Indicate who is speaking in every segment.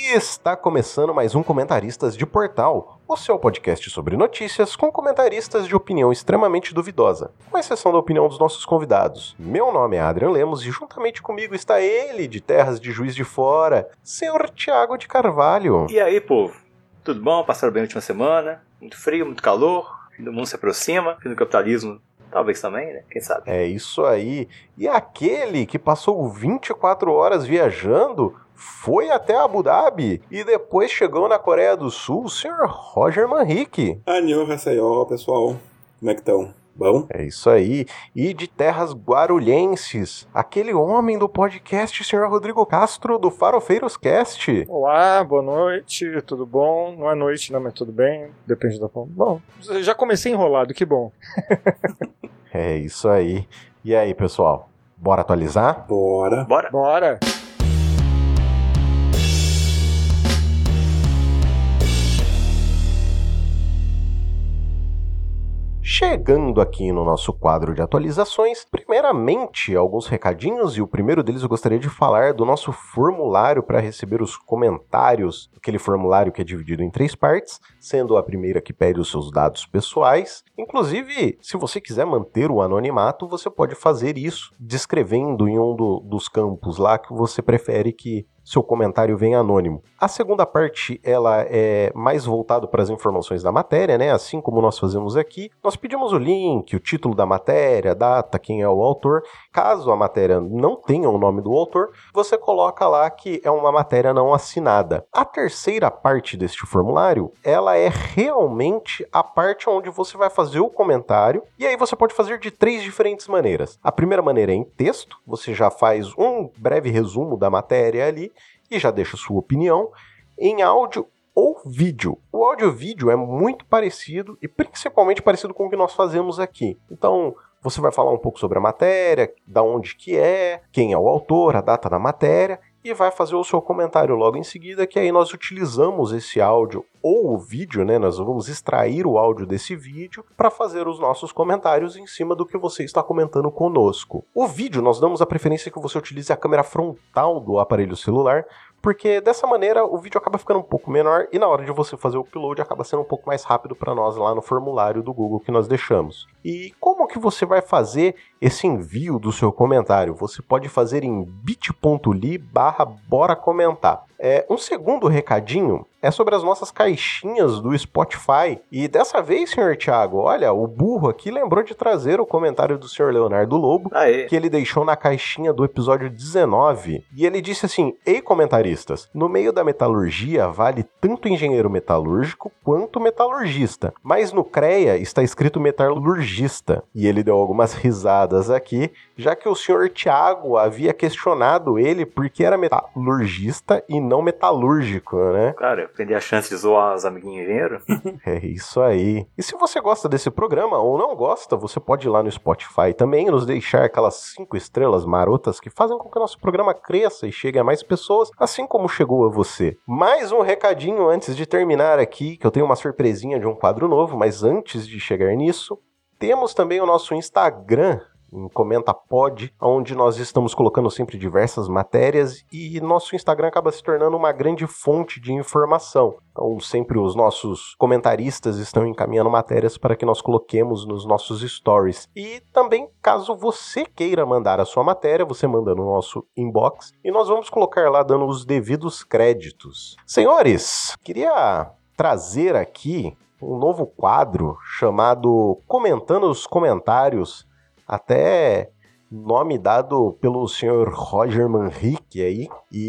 Speaker 1: Está começando mais um Comentaristas de Portal, o seu podcast sobre notícias com comentaristas de opinião extremamente duvidosa, com exceção da opinião dos nossos convidados. Meu nome é Adrian Lemos e juntamente comigo está ele, de terras de Juiz de Fora, senhor Thiago de Carvalho.
Speaker 2: E aí, povo? Tudo bom? Passaram bem a última semana? Muito frio, muito calor, o fim do mundo se aproxima, o fim do capitalismo talvez também, né? Quem sabe?
Speaker 1: É isso aí. E aquele que passou 24 horas viajando foi até Abu Dhabi e depois chegou na Coreia do Sul, o senhor Roger Manrique.
Speaker 3: Annyeonghaseyo, pessoal. Como é que estão? Bom?
Speaker 1: É isso aí. E de terras guarulhenses, aquele homem do podcast, senhor Rodrigo Castro, do Farofeiros Cast.
Speaker 4: Olá, boa noite, tudo bom? Não é noite, não, mas tudo bem, depende da forma. Bom, já comecei enrolado, que bom.
Speaker 1: É isso aí. E aí, pessoal? Bora atualizar?
Speaker 3: Bora.
Speaker 4: Bora!
Speaker 1: Chegando aqui no nosso quadro de atualizações, primeiramente alguns recadinhos e o primeiro deles eu gostaria de falar do nosso formulário para receber os comentários, aquele formulário que é dividido em 3 partes, sendo a primeira que pede os seus dados pessoais. Inclusive, se você quiser manter o anonimato, você pode fazer isso descrevendo em um dos campos lá que você prefere que seu comentário vem anônimo. A segunda parte, ela é mais voltada para as informações da matéria, né? Assim como nós fazemos aqui. Nós pedimos o link, o título da matéria, a data, quem é o autor. Caso a matéria não tenha o nome do autor, você coloca lá que é uma matéria não assinada. A terceira parte deste formulário, ela é realmente a parte onde você vai fazer o comentário, e aí você pode fazer de 3 diferentes maneiras. A primeira maneira é em texto, você já faz um breve resumo da matéria ali, e já deixa sua opinião, em áudio ou vídeo. O áudio e o vídeo é muito parecido e principalmente parecido com o que nós fazemos aqui. Então, você vai falar um pouco sobre a matéria, da onde que é, quem é o autor, a data da matéria, e vai fazer o seu comentário logo em seguida, que aí nós utilizamos esse áudio ou o vídeo, né? Nós vamos extrair o áudio desse vídeo para fazer os nossos comentários em cima do que você está comentando conosco. O vídeo, nós damos a preferência que você utilize a câmera frontal do aparelho celular, porque dessa maneira o vídeo acaba ficando um pouco menor e na hora de você fazer o upload acaba sendo um pouco mais rápido para nós lá no formulário do Google que nós deixamos. E como que você vai fazer esse envio do seu comentário? Você pode fazer em bit.ly/bora comentar. Um segundo recadinho é sobre as nossas caixinhas do Spotify. E dessa vez, senhor Thiago, olha, o burro aqui lembrou de trazer o comentário do senhor Leonardo Lobo, que ele deixou na caixinha do episódio 19. E ele disse assim: ei, comentaristas, no meio da metalurgia vale tanto engenheiro metalúrgico quanto metalurgista, mas no CREA está escrito metalurgista. E ele deu algumas risadas aqui, já que o senhor Thiago havia questionado ele porque era metalurgista e não metalúrgico, né?
Speaker 2: Cara, perder a chance de zoar os amiguinhos engenheiros.
Speaker 1: É isso aí. E se você gosta desse programa ou não gosta, você pode ir lá no Spotify também e nos deixar aquelas 5 estrelas marotas que fazem com que o nosso programa cresça e chegue a mais pessoas, assim como chegou a você. Mais um recadinho antes de terminar aqui, que eu tenho uma surpresinha de um quadro novo, mas antes de chegar nisso, temos também o nosso Instagram, em Comenta Pod, onde nós estamos colocando sempre diversas matérias e nosso Instagram acaba se tornando uma grande fonte de informação. Então sempre os nossos comentaristas estão encaminhando matérias para que nós coloquemos nos nossos stories. E também, caso você queira mandar a sua matéria, você manda no nosso inbox e nós vamos colocar lá dando os devidos créditos. Senhores, queria trazer aqui um novo quadro chamado Comentando os Comentários, até nome dado pelo senhor Roger Manrique aí,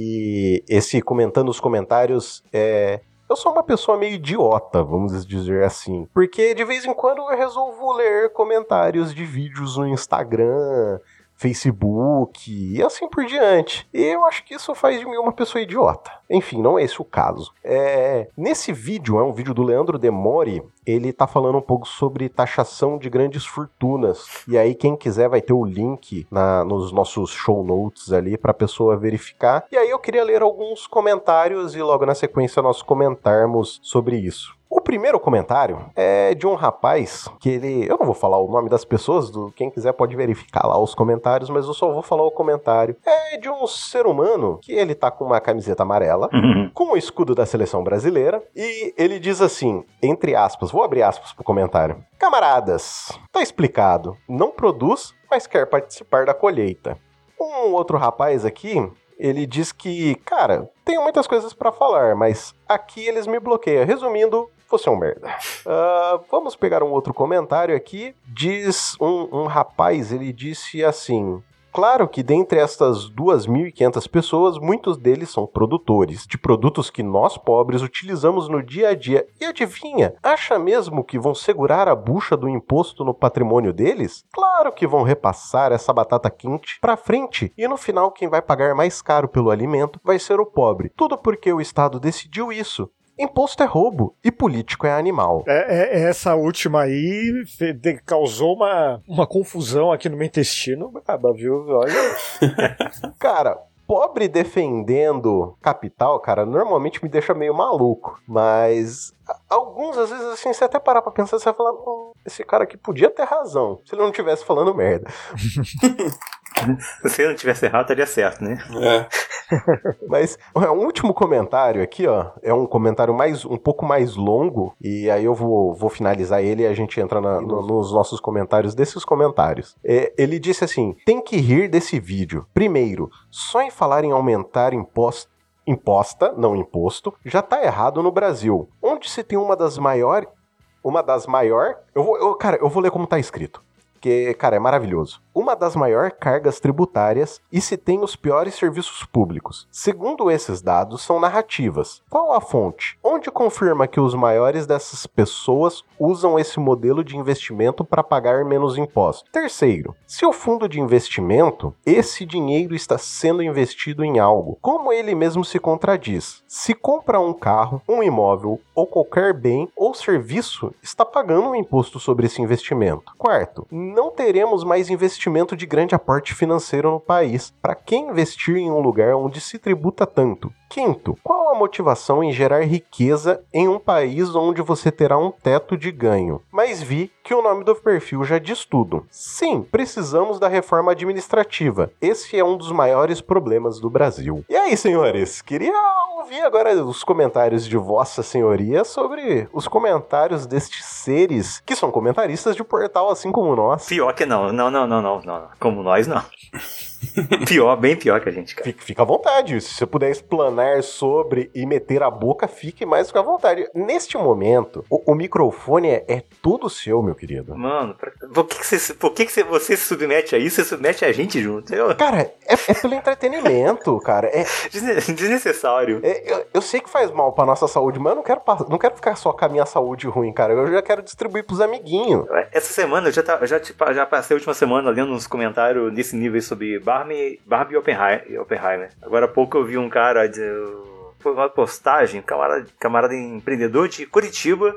Speaker 1: e esse Comentando os Comentários eu sou uma pessoa meio idiota, vamos dizer assim, porque de vez em quando eu resolvo ler comentários de vídeos no Instagram, Facebook e assim por diante. E eu acho que isso faz de mim uma pessoa idiota. Enfim, não é esse o caso. Nesse vídeo, é um vídeo do Leandro Demore, ele tá falando um pouco sobre taxação de grandes fortunas. E aí, quem quiser vai ter o link nos nossos show notes ali pra pessoa verificar. E aí eu queria ler alguns comentários e logo na sequência nós comentarmos sobre isso. O primeiro comentário é de um rapaz que ele... Eu não vou falar o nome das pessoas, quem quiser pode verificar lá os comentários, mas eu só vou falar o comentário. É de um ser humano que ele tá com uma camiseta amarela, com o escudo da seleção brasileira, e ele diz assim, entre aspas, vou abrir aspas pro comentário. Camaradas, tá explicado, não produz, mas quer participar da colheita. Um outro rapaz aqui, ele diz que, cara, tenho muitas coisas pra falar, mas aqui eles me bloqueiam. Resumindo, você é um merda. Vamos pegar um outro comentário aqui. Diz um rapaz, ele disse assim... Claro que dentre estas 2.500 pessoas, muitos deles são produtores de produtos que nós pobres utilizamos no dia a dia. E adivinha, acha mesmo que vão segurar a bucha do imposto no patrimônio deles? Claro que vão repassar essa batata quente pra frente e no final quem vai pagar mais caro pelo alimento vai ser o pobre. Tudo porque o Estado decidiu isso. Imposto é roubo e político é animal.
Speaker 4: Essa última aí causou uma confusão aqui no meu intestino. Viu? Olha.
Speaker 1: Cara, pobre defendendo capital, cara, normalmente me deixa meio maluco. Mas alguns, às vezes, assim, você até parar pra pensar, você vai falar, esse cara aqui podia ter razão, se ele não estivesse falando merda.
Speaker 2: Se ele não tivesse errado, estaria certo, né?
Speaker 1: Mas um último comentário aqui, ó, é um comentário um pouco mais longo, e aí eu vou finalizar ele e a gente entra nos nossos comentários desses comentários. Ele disse assim, tem que rir desse vídeo. Primeiro, só em falar em aumentar imposta, não imposto, já tá errado no Brasil, onde se tem uma das maiores... Cara, eu vou ler como tá escrito. Que, cara, é maravilhoso. Uma das maiores cargas tributárias e se tem os piores serviços públicos. Segundo esses dados, são narrativas. Qual a fonte? Onde confirma que os maiores dessas pessoas usam esse modelo de investimento para pagar menos impostos? Terceiro, se o fundo de investimento, esse dinheiro está sendo investido em algo, como ele mesmo se contradiz. Se compra um carro, um imóvel ou qualquer bem ou serviço, está pagando um imposto sobre esse investimento. Quarto, não teremos mais investimento de grande aporte financeiro no país. Para quem investir em um lugar onde se tributa tanto? Quinto, qual a motivação em gerar riqueza em um país onde você terá um teto de ganho? Mas vi que o nome do perfil já diz tudo. Sim, precisamos da reforma administrativa. Esse é um dos maiores problemas do Brasil. E aí, senhores, queria ouvir agora os comentários de Vossa Senhoria sobre os comentários destes seres que são comentaristas de portal assim como nós.
Speaker 2: Pior que não. Como nós, não. Pior, bem pior que a gente, cara.
Speaker 1: Fica à vontade. Se você puder explanar sobre e meter a boca, fique mais à vontade. Neste momento, o microfone é todo seu, meu querido.
Speaker 2: Mano, por que você se submete a isso? Você submete a gente junto?
Speaker 1: Cara, é pelo entretenimento, cara. É
Speaker 2: desnecessário.
Speaker 1: Eu sei que faz mal pra nossa saúde, mas eu não quero ficar só com a minha saúde ruim, cara. Eu já quero distribuir pros amiguinhos.
Speaker 2: Essa semana, eu já passei a última semana lendo uns comentários desse nível sobre Barbie e Oppenheimer. Agora há pouco eu vi um cara foi uma postagem, camarada empreendedor de Curitiba,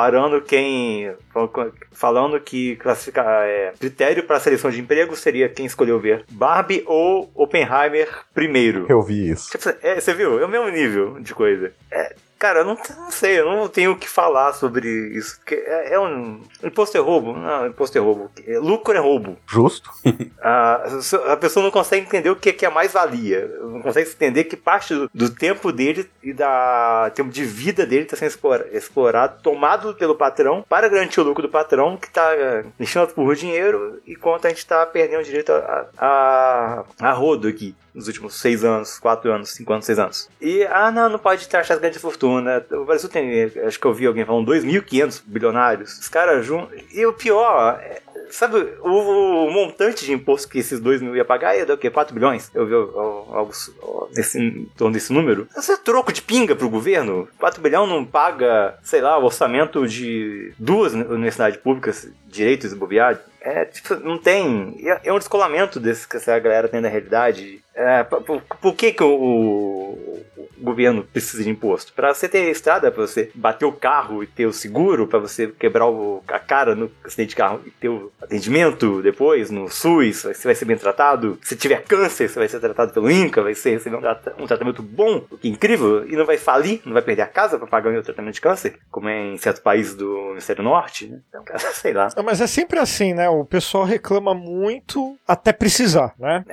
Speaker 2: falando que critério para a seleção de emprego seria quem escolheu ver Barbie ou Oppenheimer primeiro.
Speaker 1: Eu vi isso.
Speaker 2: Você viu? É o mesmo nível de coisa. Cara, eu não sei, eu não tenho o que falar sobre isso. Porque imposto é roubo? Não, imposto é roubo. Lucro é roubo.
Speaker 1: Justo.
Speaker 2: A pessoa não consegue entender o que é mais-valia. Não consegue entender que parte do tempo dele e do tempo de vida dele está sendo explorado, tomado pelo patrão, para garantir o lucro do patrão, que está enchendo por dinheiro, enquanto a gente está perdendo direito a rodo aqui. Nos últimos 6 anos, 4 anos, 5 anos, 6 anos. E, não pode taxar as grandes fortunas. O Brasil tem, acho que eu vi alguém falando, 2.500 bilionários. Os caras juntos. E o pior, sabe, o montante de imposto que esses 2 mil ia pagar ia dar o quê? 4 bilhões? Eu vi algo em torno desse número. Isso é troco de pinga pro governo. 4 bilhões não paga, sei lá, o orçamento de 2 universidades públicas, direitos e bobear. Não tem. É um descolamento desse que essa galera tem da realidade. Por que o governo precisa de imposto? Pra você ter estrada, pra você bater o carro e ter o seguro, pra você quebrar a cara no acidente de carro e ter o atendimento depois no SUS, você vai ser bem tratado. Se tiver câncer, você vai ser tratado pelo INCA, vai receber um tratamento bom, o que é incrível, e não vai falir, não vai perder a casa pra pagar o tratamento de câncer, como é em certos países do hemisfério norte, né? Então, cara, sei lá.
Speaker 4: Mas é sempre assim, né? O pessoal reclama muito até precisar, né?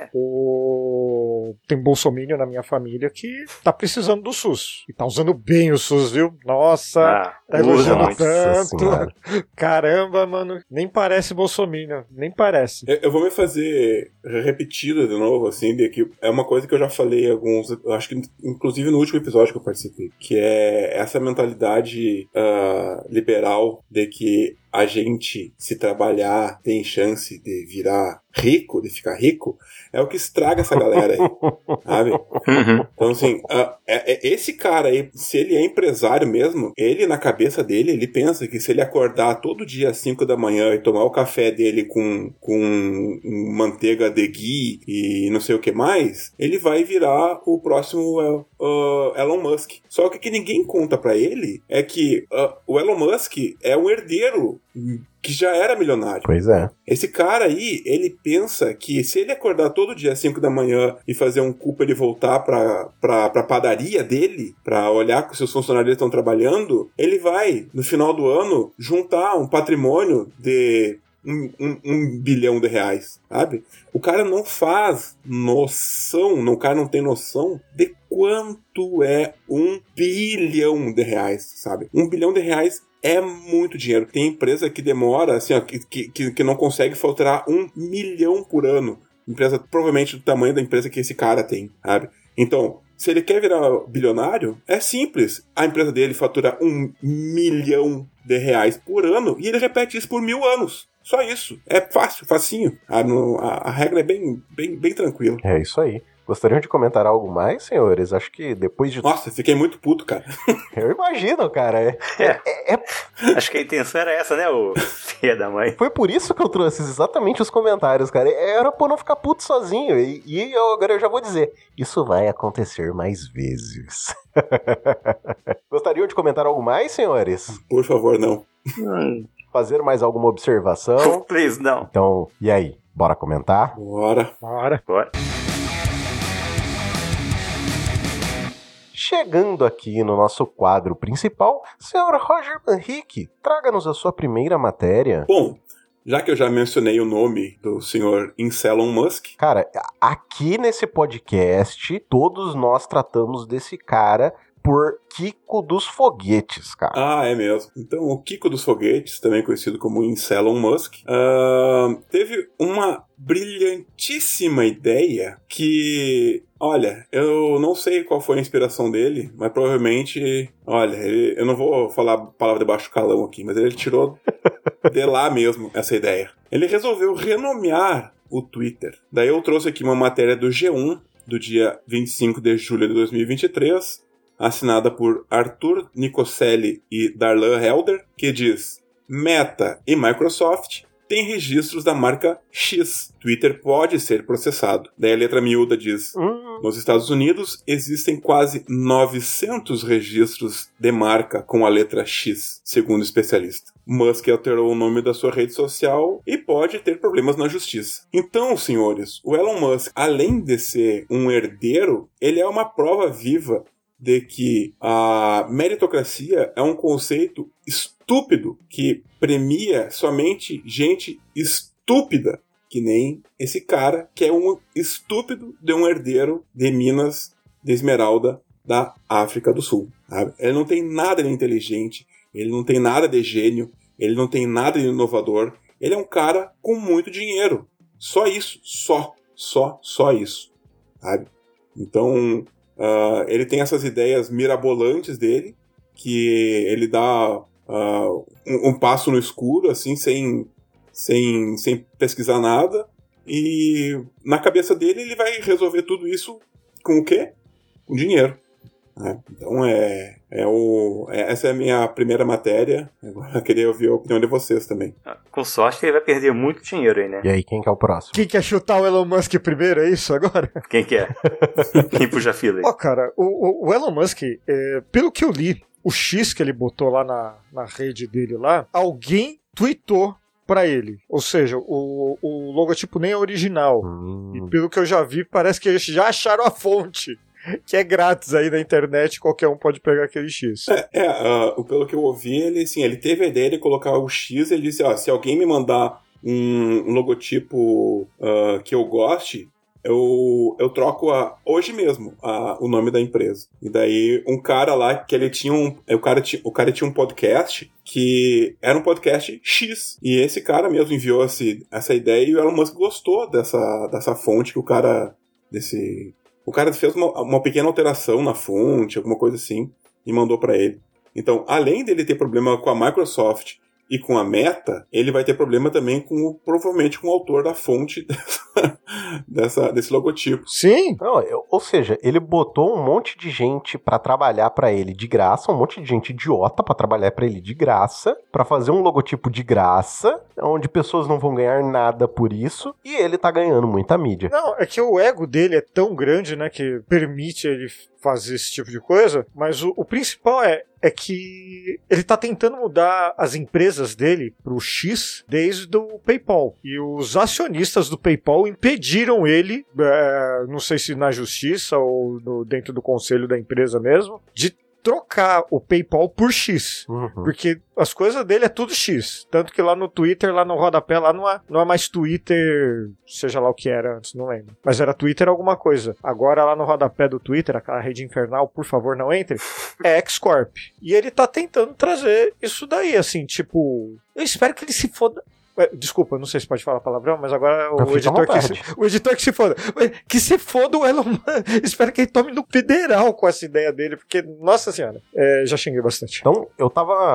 Speaker 4: Tem bolsominion na minha família que tá precisando do SUS. E tá usando bem o SUS, viu? Nossa, tá elogiando tanto. Caramba, mano. Nem parece bolsominion. Nem parece.
Speaker 3: Eu vou me fazer repetida de novo, assim, de que é uma coisa que eu já falei em alguns... Eu acho que, inclusive, no último episódio que eu participei. Que é essa mentalidade liberal de que a gente, se trabalhar, tem chance de virar rico, de ficar rico, é o que estraga essa galera aí, sabe? Então, assim, esse cara aí, se ele é empresário mesmo, ele, na cabeça dele, ele pensa que se ele acordar todo dia às 5 da manhã e tomar o café dele com manteiga de ghee e não sei o que mais, ele vai virar o próximo Elon Musk. Só que o que ninguém conta pra ele é que o Elon Musk é um herdeiro que já era milionário.
Speaker 1: Pois é.
Speaker 3: Esse cara aí, ele pensa que se ele acordar todo dia às 5 da manhã e fazer um cu pra ele voltar pra padaria dele, pra olhar que os seus funcionários estão trabalhando, ele vai, no final do ano, juntar um patrimônio de $1 bilhão, sabe? O cara não faz noção, o cara não tem noção de quanto é $1 bilhão, sabe? $1 bilhão é muito dinheiro. Tem empresa que demora, assim, ó, que não consegue faturar 1 milhão por ano. Empresa provavelmente do tamanho da empresa que esse cara tem, sabe? Então, se ele quer virar bilionário, é simples. A empresa dele fatura $1 milhão por ano e ele repete isso por 1000 anos. Só isso. É fácil, facinho. A regra é bem tranquila.
Speaker 1: É isso aí. Gostariam de comentar algo mais, senhores? Acho que depois de...
Speaker 3: Nossa, fiquei muito puto, cara.
Speaker 1: Eu imagino, cara.
Speaker 2: Acho que a intenção era essa, né, ô filha da mãe?
Speaker 1: Foi por isso que eu trouxe exatamente os comentários, cara. Era pra eu não ficar puto sozinho. E agora eu já vou dizer, isso vai acontecer mais vezes. Gostariam de comentar algo mais, senhores?
Speaker 3: Por favor, não.
Speaker 1: Fazer mais alguma observação?
Speaker 2: Please, não.
Speaker 1: Então, e aí? Bora comentar?
Speaker 3: Bora.
Speaker 1: Chegando aqui no nosso quadro principal, senhor Roger Manrique, traga-nos a sua primeira matéria.
Speaker 3: Bom, já que eu já mencionei o nome do senhor Elon Musk...
Speaker 1: Cara, aqui nesse podcast, todos nós tratamos desse cara por Kiko dos Foguetes, cara.
Speaker 3: Ah, é mesmo. Então, o Kiko dos Foguetes, também conhecido como Elon Musk, teve uma brilhantíssima ideia que... Olha, eu não sei qual foi a inspiração dele, mas provavelmente... Olha, eu não vou falar palavra de baixo calão aqui, mas ele tirou de lá mesmo essa ideia. Ele resolveu renomear o Twitter. Daí eu trouxe aqui uma matéria do G1, do dia 25 de julho de 2023, assinada por Arthur Nicoselli e Darlan Helder, que diz: Meta e Microsoft têm registros da marca X. Twitter pode ser processado. Daí a letra miúda diz: Nos Estados Unidos existem quase 900 registros de marca com a letra X, segundo o especialista. Musk alterou o nome da sua rede social e pode ter problemas na justiça. Então, senhores, o Elon Musk, além de ser um herdeiro, ele é uma prova viva de que a meritocracia é um conceito estúpido que premia somente gente estúpida, que nem esse cara, que é um estúpido de um herdeiro de minas de esmeralda da África do Sul. Sabe? Ele não tem nada de inteligente, ele não tem nada de gênio, ele não tem nada de inovador, ele é um cara com muito dinheiro. Só isso, só isso. Sabe? Então... ele tem essas ideias mirabolantes dele, que ele dá um passo no escuro, assim, sem pesquisar nada, e na cabeça dele ele vai resolver tudo isso com o quê? Com dinheiro. né? Então essa é a minha primeira matéria. Agora eu queria ouvir a opinião de vocês também.
Speaker 2: Com sorte ele vai perder muito dinheiro aí, né?
Speaker 1: E aí, quem que é o próximo?
Speaker 4: Quem quer chutar o Elon Musk primeiro, é isso agora?
Speaker 2: Quem quer? Quem puxa a fila aí?
Speaker 4: Ó, cara, o Elon Musk, pelo que eu li, o X que ele botou lá na rede dele lá, alguém tweetou pra ele. Ou seja, o logotipo nem é original. E pelo que eu já vi, parece que eles já acharam a fonte. Que é grátis aí na internet, qualquer um pode pegar aquele X.
Speaker 3: Pelo que eu ouvi, ele teve a ideia de colocar o X, ele disse, se alguém me mandar um logotipo que eu goste, eu troco hoje mesmo o nome da empresa. E daí um cara lá que ele tinha o cara tinha um podcast que era um podcast X. E esse cara mesmo enviou essa ideia e o Elon Musk gostou dessa fonte que o cara fez uma pequena alteração na fonte, alguma coisa assim, e mandou pra ele. Então, além dele ter problema com a Microsoft e com a ele vai ter problema também provavelmente com o autor da fonte desse logotipo.
Speaker 4: Sim.
Speaker 1: Não, ou seja, ele botou um monte de gente pra trabalhar pra ele de graça, um monte de gente idiota pra trabalhar pra ele de graça, pra fazer um logotipo de graça, onde pessoas não vão ganhar nada por isso, e ele tá ganhando muita mídia.
Speaker 4: Não, é que o ego dele é tão grande, né, que permite ele fazer esse tipo de coisa, mas o principal é que ele tá tentando mudar as empresas dele pro X desde o PayPal. E os acionistas do PayPal impediram ele, não sei se na justiça ou dentro do conselho da empresa mesmo, de trocar o PayPal por X. Porque as coisas dele é tudo X. Tanto que lá no Twitter, lá no rodapé, lá não é mais Twitter, seja lá o que era antes, não lembro. Mas era Twitter alguma coisa. Agora lá no rodapé do Twitter, aquela rede infernal, por favor, não entre, é X-Corp. E ele tá tentando trazer isso daí, assim, tipo... Eu espero que ele se foda... Desculpa, não sei se pode falar palavrão, mas agora o editor que se foda. Que se foda o Elon Musk. Espero que ele tome no federal com essa ideia dele, porque, nossa senhora, já xinguei bastante.
Speaker 1: Então, eu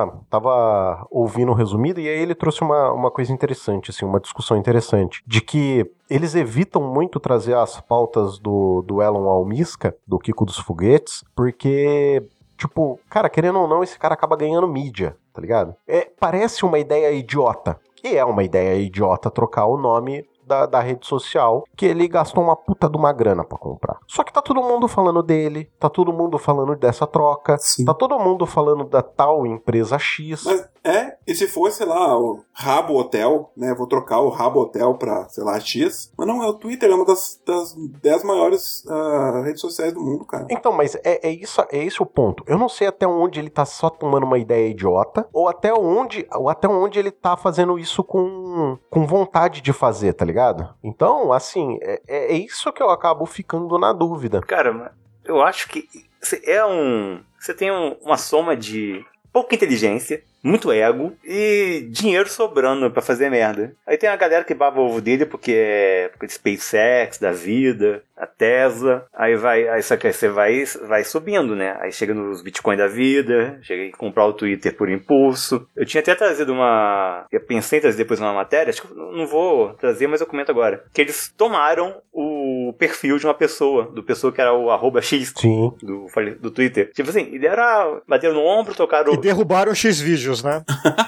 Speaker 1: tava ouvindo o resumido e aí ele trouxe uma coisa interessante, assim, uma discussão interessante, de que eles evitam muito trazer as pautas do Elon Almisca, do Kiko dos Foguetes, porque... Tipo, cara, querendo ou não, esse cara acaba ganhando mídia, tá ligado? Parece uma ideia idiota. E é uma ideia idiota trocar o nome da rede social, que ele gastou uma puta de uma grana pra comprar. Só que tá todo mundo falando dele, tá todo mundo falando dessa troca,
Speaker 3: Sim.
Speaker 1: Tá todo mundo falando da tal empresa X.
Speaker 3: Mas e se fosse lá o Rabo Hotel, né? Vou trocar o Rabo Hotel pra, sei lá, X. Mas não, é o Twitter, é uma das 10 maiores redes sociais do mundo, cara.
Speaker 1: Então, mas é esse o ponto. Eu não sei até onde ele tá só tomando uma ideia idiota, ou até onde ele tá fazendo isso com vontade de fazer, tá ligado? Então, assim, é isso que eu acabo ficando na dúvida.
Speaker 2: Cara, eu acho que você tem uma soma de pouca inteligência, muito ego e dinheiro sobrando pra fazer merda. Aí tem a galera que baba o ovo dele porque é de SpaceX, da vida, a Tesla. Aí só que você vai subindo, né? Aí chega nos Bitcoin da vida, chega a comprar o Twitter por impulso. Eu tinha até trazido eu pensei em trazer depois uma matéria, acho que não vou trazer, mas eu comento agora. Que eles tomaram o perfil de uma pessoa, que era o @X.
Speaker 1: Sim.
Speaker 2: Do Twitter. Tipo assim, ele era... Bateram no ombro, tocaram...
Speaker 4: E derrubaram o X-Vídeos, né?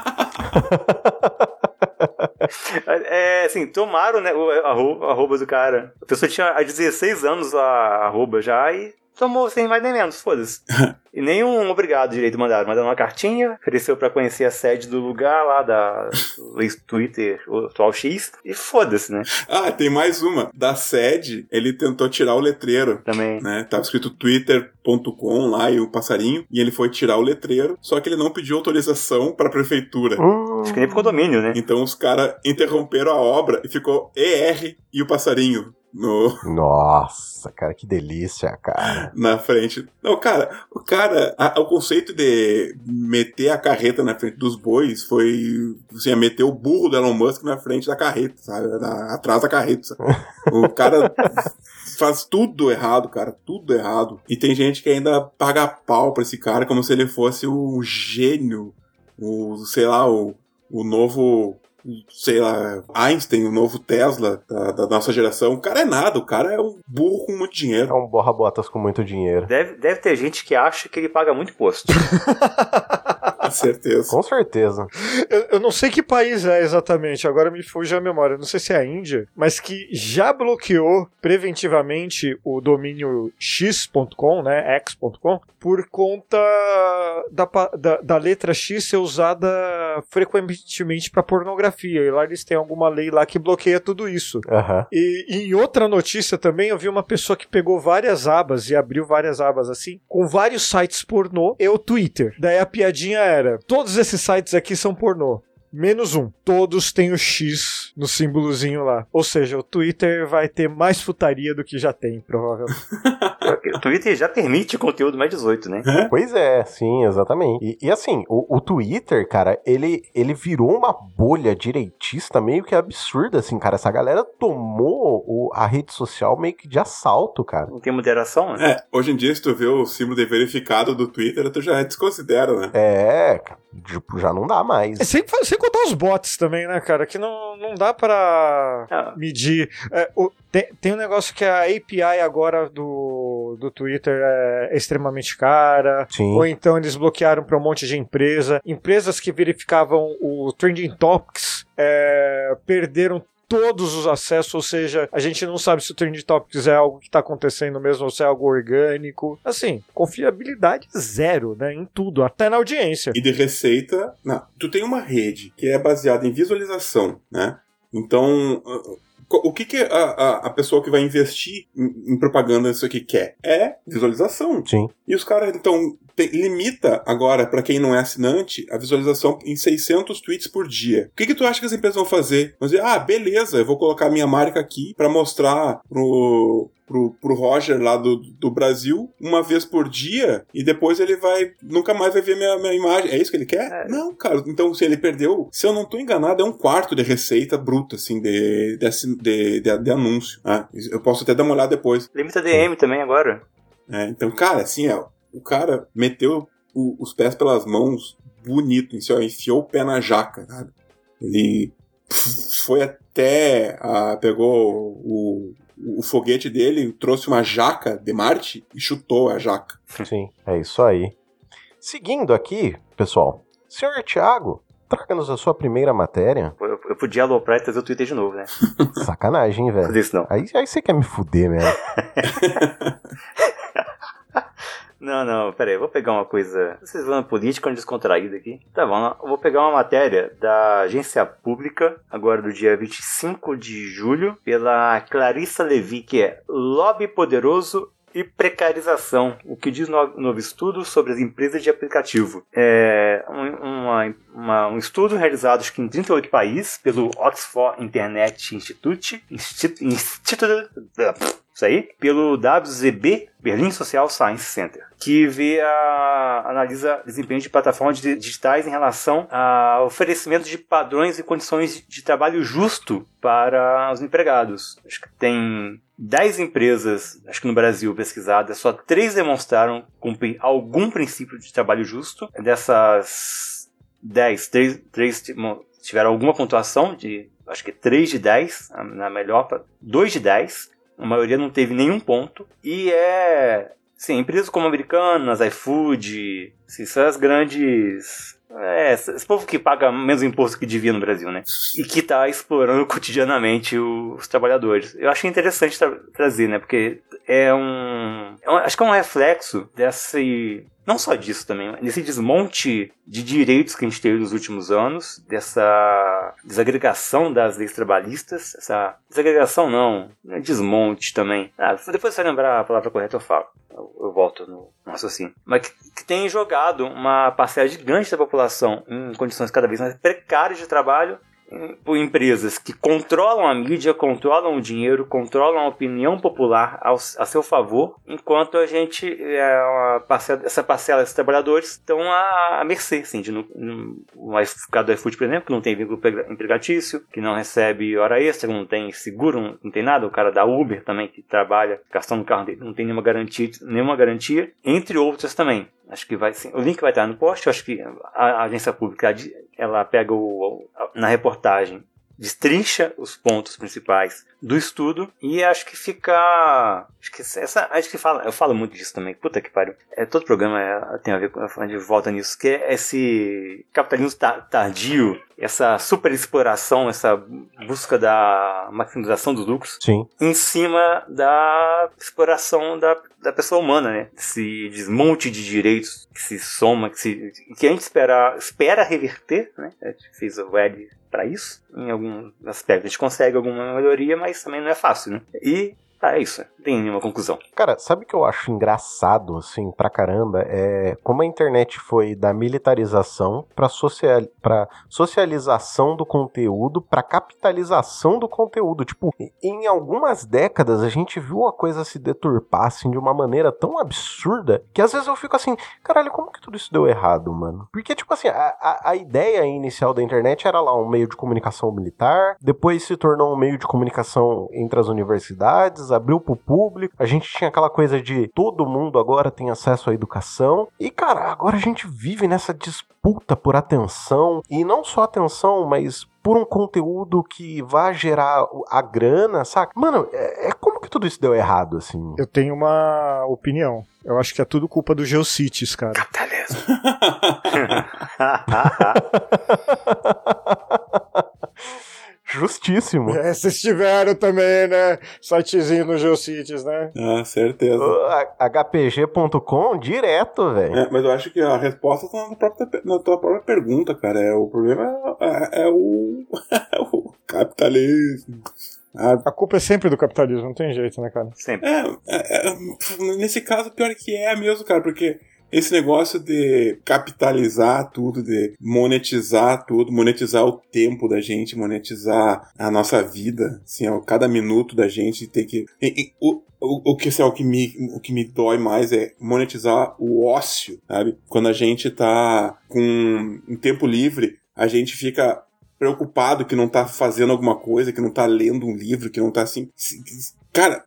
Speaker 2: Assim, tomaram, né, o arroba do cara. A pessoa tinha há 16 anos a arroba já e tomou sem mais nem menos, foda-se. E nenhum obrigado direito mandaram uma cartinha, ofereceu pra conhecer a sede do lugar lá da Twitter, o atual X, e foda-se, né?
Speaker 3: Tem mais uma. Da sede, ele tentou tirar o letreiro.
Speaker 2: Também.
Speaker 3: Né? Tava escrito twitter.com lá e o passarinho, e ele foi tirar o letreiro, só que ele não pediu autorização pra prefeitura.
Speaker 2: Acho que nem pro condomínio, né?
Speaker 3: Então os caras interromperam a obra e ficou ER e o passarinho.
Speaker 1: Nossa, cara, que delícia, cara.
Speaker 3: Na frente. Não, cara, o conceito de meter a carreta na frente dos bois foi, assim, meter o burro do Elon Musk na frente da carreta, sabe? Atrás da carreta, sabe? O cara faz tudo errado, cara, tudo errado. E tem gente que ainda paga pau pra esse cara como se ele fosse o gênio, o novo sei lá, Einstein, o novo Tesla da nossa geração. O cara é nada, o cara é um burro com muito dinheiro.
Speaker 1: É um borra-botas com muito dinheiro.
Speaker 2: Deve ter gente que acha que ele paga muito imposto.
Speaker 3: Com certeza.
Speaker 1: Com certeza.
Speaker 4: Eu não sei que país é exatamente, agora me fugiu a memória. Eu não sei se é a Índia, mas que já bloqueou preventivamente o domínio x.com, né, x.com, por conta da letra X ser usada frequentemente para pornografia. E lá eles têm alguma lei lá que bloqueia tudo isso.
Speaker 1: Uhum.
Speaker 4: E em outra notícia também, eu vi uma pessoa que pegou várias abas e abriu várias abas assim, com vários sites pornô e o Twitter. Daí a piadinha era: todos esses sites aqui são pornô. Menos um. Todos têm o X no símbolozinho lá. Ou seja, o Twitter vai ter mais putaria do que já tem, provavelmente.
Speaker 2: O Twitter já permite conteúdo mais 18, né?
Speaker 1: Pois é, sim, exatamente. E assim, o Twitter, cara, ele virou uma bolha direitista meio que absurda, assim, cara. Essa galera tomou a rede social meio que de assalto, cara.
Speaker 2: Não tem moderação, né?
Speaker 3: Hoje em dia, se tu vê o símbolo de verificado do Twitter, tu já desconsidera, né?
Speaker 1: Tipo, já não dá mais.
Speaker 4: Sem contar os bots também, né, cara? Que não dá pra medir. Tem um negócio que a API agora do Twitter é extremamente cara.
Speaker 1: Sim.
Speaker 4: Ou então eles bloquearam pra um monte de empresa. Empresas que verificavam o Trending Topics perderam todos os acessos, ou seja, a gente não sabe se o Trending Topics é algo que está acontecendo mesmo ou se é algo orgânico. Assim, confiabilidade zero, né, em tudo, até na audiência.
Speaker 3: E de receita, tu tem uma rede que é baseada em visualização, né? Então, o que a pessoa que vai investir em propaganda isso aqui quer? É visualização.
Speaker 1: Sim.
Speaker 3: E os caras, então, limita agora, pra quem não é assinante, a visualização em 600 tweets por dia. O que tu acha que as empresas vão fazer? Vão dizer, beleza, eu vou colocar minha marca aqui pra mostrar pro Roger lá do Brasil uma vez por dia e depois ele nunca mais vai ver minha imagem. É isso que ele quer? Não, cara. Então, se ele perdeu, se eu não tô enganado, é 1/4 de receita bruta, assim, de anúncio. Eu posso até dar uma olhada depois.
Speaker 2: Limita DM também agora.
Speaker 3: Então, cara, assim, o cara meteu os pés pelas mãos bonito, assim, enfiou o pé na jaca, sabe? Ele foi até, pegou o foguete dele, trouxe uma jaca de Marte e chutou a jaca.
Speaker 1: Sim, é isso aí. Seguindo aqui, pessoal, senhor Thiago, traga-nos a sua primeira matéria.
Speaker 2: Eu podia aloprar e trazer o Twitter de novo, né?
Speaker 1: Sacanagem, velho.
Speaker 2: Fazer isso não.
Speaker 1: Aí você quer me fuder, mesmo.
Speaker 2: Não, peraí, eu vou pegar uma coisa. Vocês vão na política descontraída aqui. Tá bom, eu vou pegar uma matéria da Agência Pública, agora do dia 25 de julho, pela Clarissa Levy, que é Lobby Poderoso e Precarização, o que diz no novo estudo sobre as empresas de aplicativo. É um estudo realizado acho que em 38 países pelo Oxford Internet Institute, isso aí, pelo WZB, Berlin Social Science Center, que analisa desempenho de plataformas digitais em relação ao oferecimento de padrões e condições de trabalho justo para os empregados. Acho que tem 10 empresas, acho que no Brasil pesquisadas, só 3 demonstraram cumprir algum princípio de trabalho justo. Dessas 10, 3 tiveram alguma pontuação de, acho que 3 de 10, na melhor, 2 de 10. A maioria não teve nenhum ponto. E sim, empresas como Americanas, iFood, são as grandes... esse povo que paga menos imposto que devia no Brasil, né? E que está explorando cotidianamente os trabalhadores. Eu achei interessante trazer, né? Porque acho que é um reflexo desse... Não só disso também, desse desmonte de direitos que a gente teve nos últimos anos, dessa desagregação das leis trabalhistas, essa desagregação não é desmonte também. Depois se eu lembrar a palavra correta eu falo, eu volto no raciocínio. Mas que tem jogado uma parcela gigante da população em condições cada vez mais precárias de trabalho, por empresas que controlam a mídia, controlam o dinheiro, controlam a opinião popular a seu favor, enquanto a gente, essa parcela desses trabalhadores estão à mercê, assim, o caso do iFood, por exemplo, que não tem vínculo empregatício, que não recebe hora extra, não tem seguro, não tem nada, o cara da Uber também, que trabalha, gastando no carro dele, não tem nenhuma garantia, entre outras também. Acho que vai sim. O link vai estar no post. Eu acho que a agência pública, ela pega na reportagem, destrincha os pontos principais do estudo e acho que fica... eu falo muito disso também. Puta que pariu. Todo programa tem a ver com a de volta nisso, que é esse capitalismo tardio, essa superexploração, essa busca da maximização dos lucros.
Speaker 1: Sim.
Speaker 2: Em cima da exploração da pessoa humana, né? Esse desmonte de direitos que se soma, que a gente espera reverter, né? A gente fez o L para isso, em algum aspecto. A gente consegue alguma melhoria, mas também não é fácil, né? E é isso, não tem nenhuma conclusão.
Speaker 1: Cara, sabe o que eu acho engraçado, assim, pra caramba? É como a internet foi da militarização pra socialização do conteúdo, pra capitalização do conteúdo. Tipo, em algumas décadas a gente viu a coisa se deturpar, assim, de uma maneira tão absurda, que às vezes eu fico assim, caralho, como que tudo isso deu errado, mano? Porque, tipo assim, a ideia inicial da internet era lá um meio de comunicação militar, depois se tornou um meio de comunicação entre as universidades, abriu pro público, a gente tinha aquela coisa de todo mundo agora tem acesso à educação, e cara, agora a gente vive nessa disputa por atenção, e não só atenção, mas por um conteúdo que vai gerar a grana, saca? Mano, como que tudo isso deu errado, assim?
Speaker 4: Eu tenho uma opinião. Eu acho que é tudo culpa do GeoCities, cara.
Speaker 2: Capitalismo.
Speaker 1: Justíssimo.
Speaker 4: Vocês tiveram também, né? Sitezinho no GeoCities, né?
Speaker 3: Ah, certeza.
Speaker 1: HPG.com direto, velho.
Speaker 3: Mas eu acho que a resposta tá na tua própria pergunta, cara. O problema é o capitalismo.
Speaker 4: A culpa é sempre do capitalismo, não tem jeito, né, cara?
Speaker 2: Sempre.
Speaker 3: Nesse caso, pior que é mesmo, cara, porque esse negócio de capitalizar tudo, de monetizar tudo, monetizar o tempo da gente, monetizar a nossa vida, assim, cada minuto da gente ter que... O que me dói mais é monetizar o ócio, sabe? Quando a gente tá com um tempo livre, a gente fica preocupado que não tá fazendo alguma coisa, que não tá lendo um livro, que não tá assim... Cara,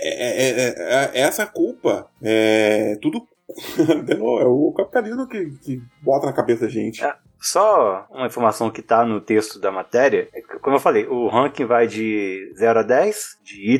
Speaker 3: essa culpa é tudo... é o capitalismo que bota na cabeça da gente.
Speaker 2: Só uma informação que está no texto da matéria, como eu falei, o ranking vai de 0 a 10 de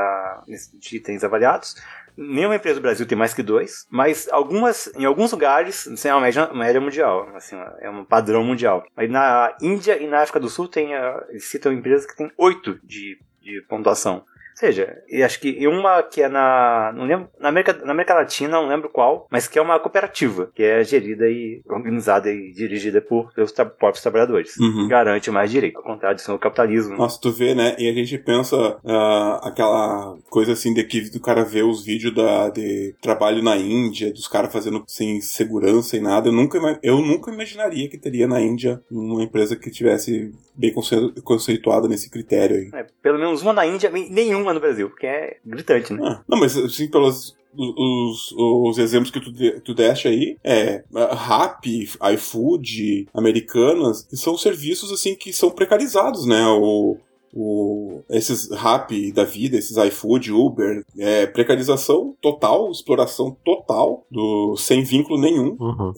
Speaker 2: itens avaliados. Nenhuma empresa do Brasil tem mais que 2, mas em alguns lugares assim, é uma média mundial, assim, é um padrão mundial. Mas na Índia e na África do Sul eles citam empresas que têm 8 de pontuação. Ou seja, e acho que uma que é não lembro, na América Latina, não lembro qual, mas que é uma cooperativa, que é gerida e organizada e dirigida por seus próprios trabalhadores.
Speaker 3: Uhum.
Speaker 2: Garante mais direito, ao contrário do seu capitalismo.
Speaker 3: Nossa, tu vê, né? E a gente pensa aquela coisa assim do cara ver os vídeos de trabalho na Índia, dos caras fazendo sem segurança e nada. Eu nunca imaginaria que teria na Índia uma empresa que tivesse bem conceituada nesse critério aí.
Speaker 2: Pelo menos uma na Índia, nenhuma no Brasil, porque é gritante, né?
Speaker 3: Não, mas assim, pelos os exemplos que tu deste aí, Rappi, iFood, Americanas, são serviços assim que são precarizados, né? Esses Rappi da vida, esses iFood, Uber, precarização total, exploração total, sem vínculo nenhum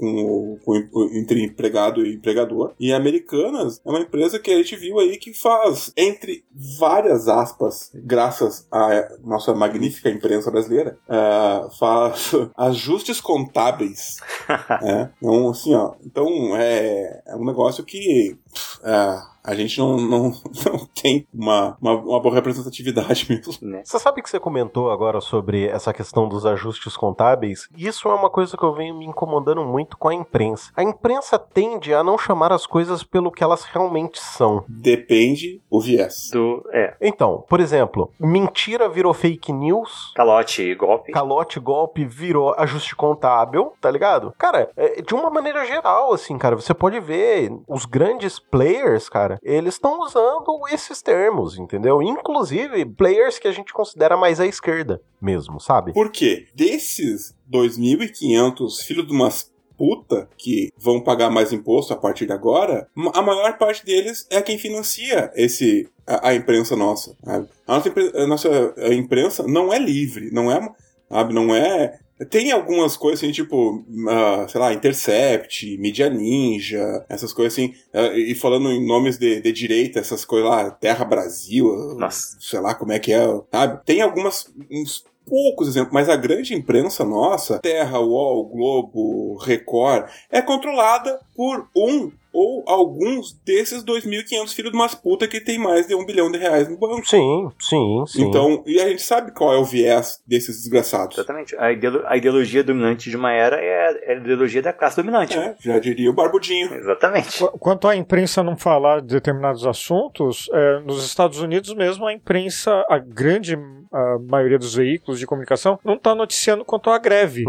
Speaker 3: entre empregado e empregador. E Americanas é uma empresa que a gente viu aí que faz, entre várias aspas, graças à nossa magnífica imprensa brasileira, faz ajustes contábeis. Então, assim, então é um negócio que a gente não tem uma boa representatividade mesmo.
Speaker 1: Você sabe que você comentou agora sobre essa questão dos ajustes contábeis? Isso é uma coisa que eu venho me incomodando muito com a imprensa. A imprensa tende a não chamar as coisas pelo que elas realmente são.
Speaker 3: Depende o viés.
Speaker 1: Então, por exemplo, mentira virou fake news.
Speaker 2: Calote, golpe
Speaker 1: virou ajuste contábil, tá ligado? Cara, de uma maneira geral, assim, cara, você pode ver os grandes players, cara, eles estão usando esses termos, entendeu? Inclusive, players que a gente considera mais à esquerda mesmo, sabe?
Speaker 3: Por quê? Desses 2.500 filhos de umas puta que vão pagar mais imposto a partir de agora, a maior parte deles é quem financia a imprensa nossa. Sabe? A nossa imprensa não é livre, não é Tem algumas coisas assim, tipo, sei lá, Intercept, Mídia Ninja, essas coisas assim, e falando em nomes de direita, essas coisas lá, Terra Brasil, sei lá como é que é, sabe? Tem uns poucos exemplos, mas a grande imprensa nossa, Terra, UOL, Globo, Record, é controlada por um ou alguns desses 2.500 filhos de umas puta que tem mais de R$1 bilhão no banco.
Speaker 1: Sim.
Speaker 3: Então, e a gente sabe qual é o viés desses desgraçados.
Speaker 2: Exatamente. A ideologia dominante de uma era é a ideologia da classe dominante.
Speaker 3: Já diria o Barbudinho.
Speaker 2: Exatamente.
Speaker 4: Quanto à imprensa não falar de determinados assuntos, nos Estados Unidos mesmo, a imprensa, a grande maioria dos veículos de comunicação, não está noticiando quanto à greve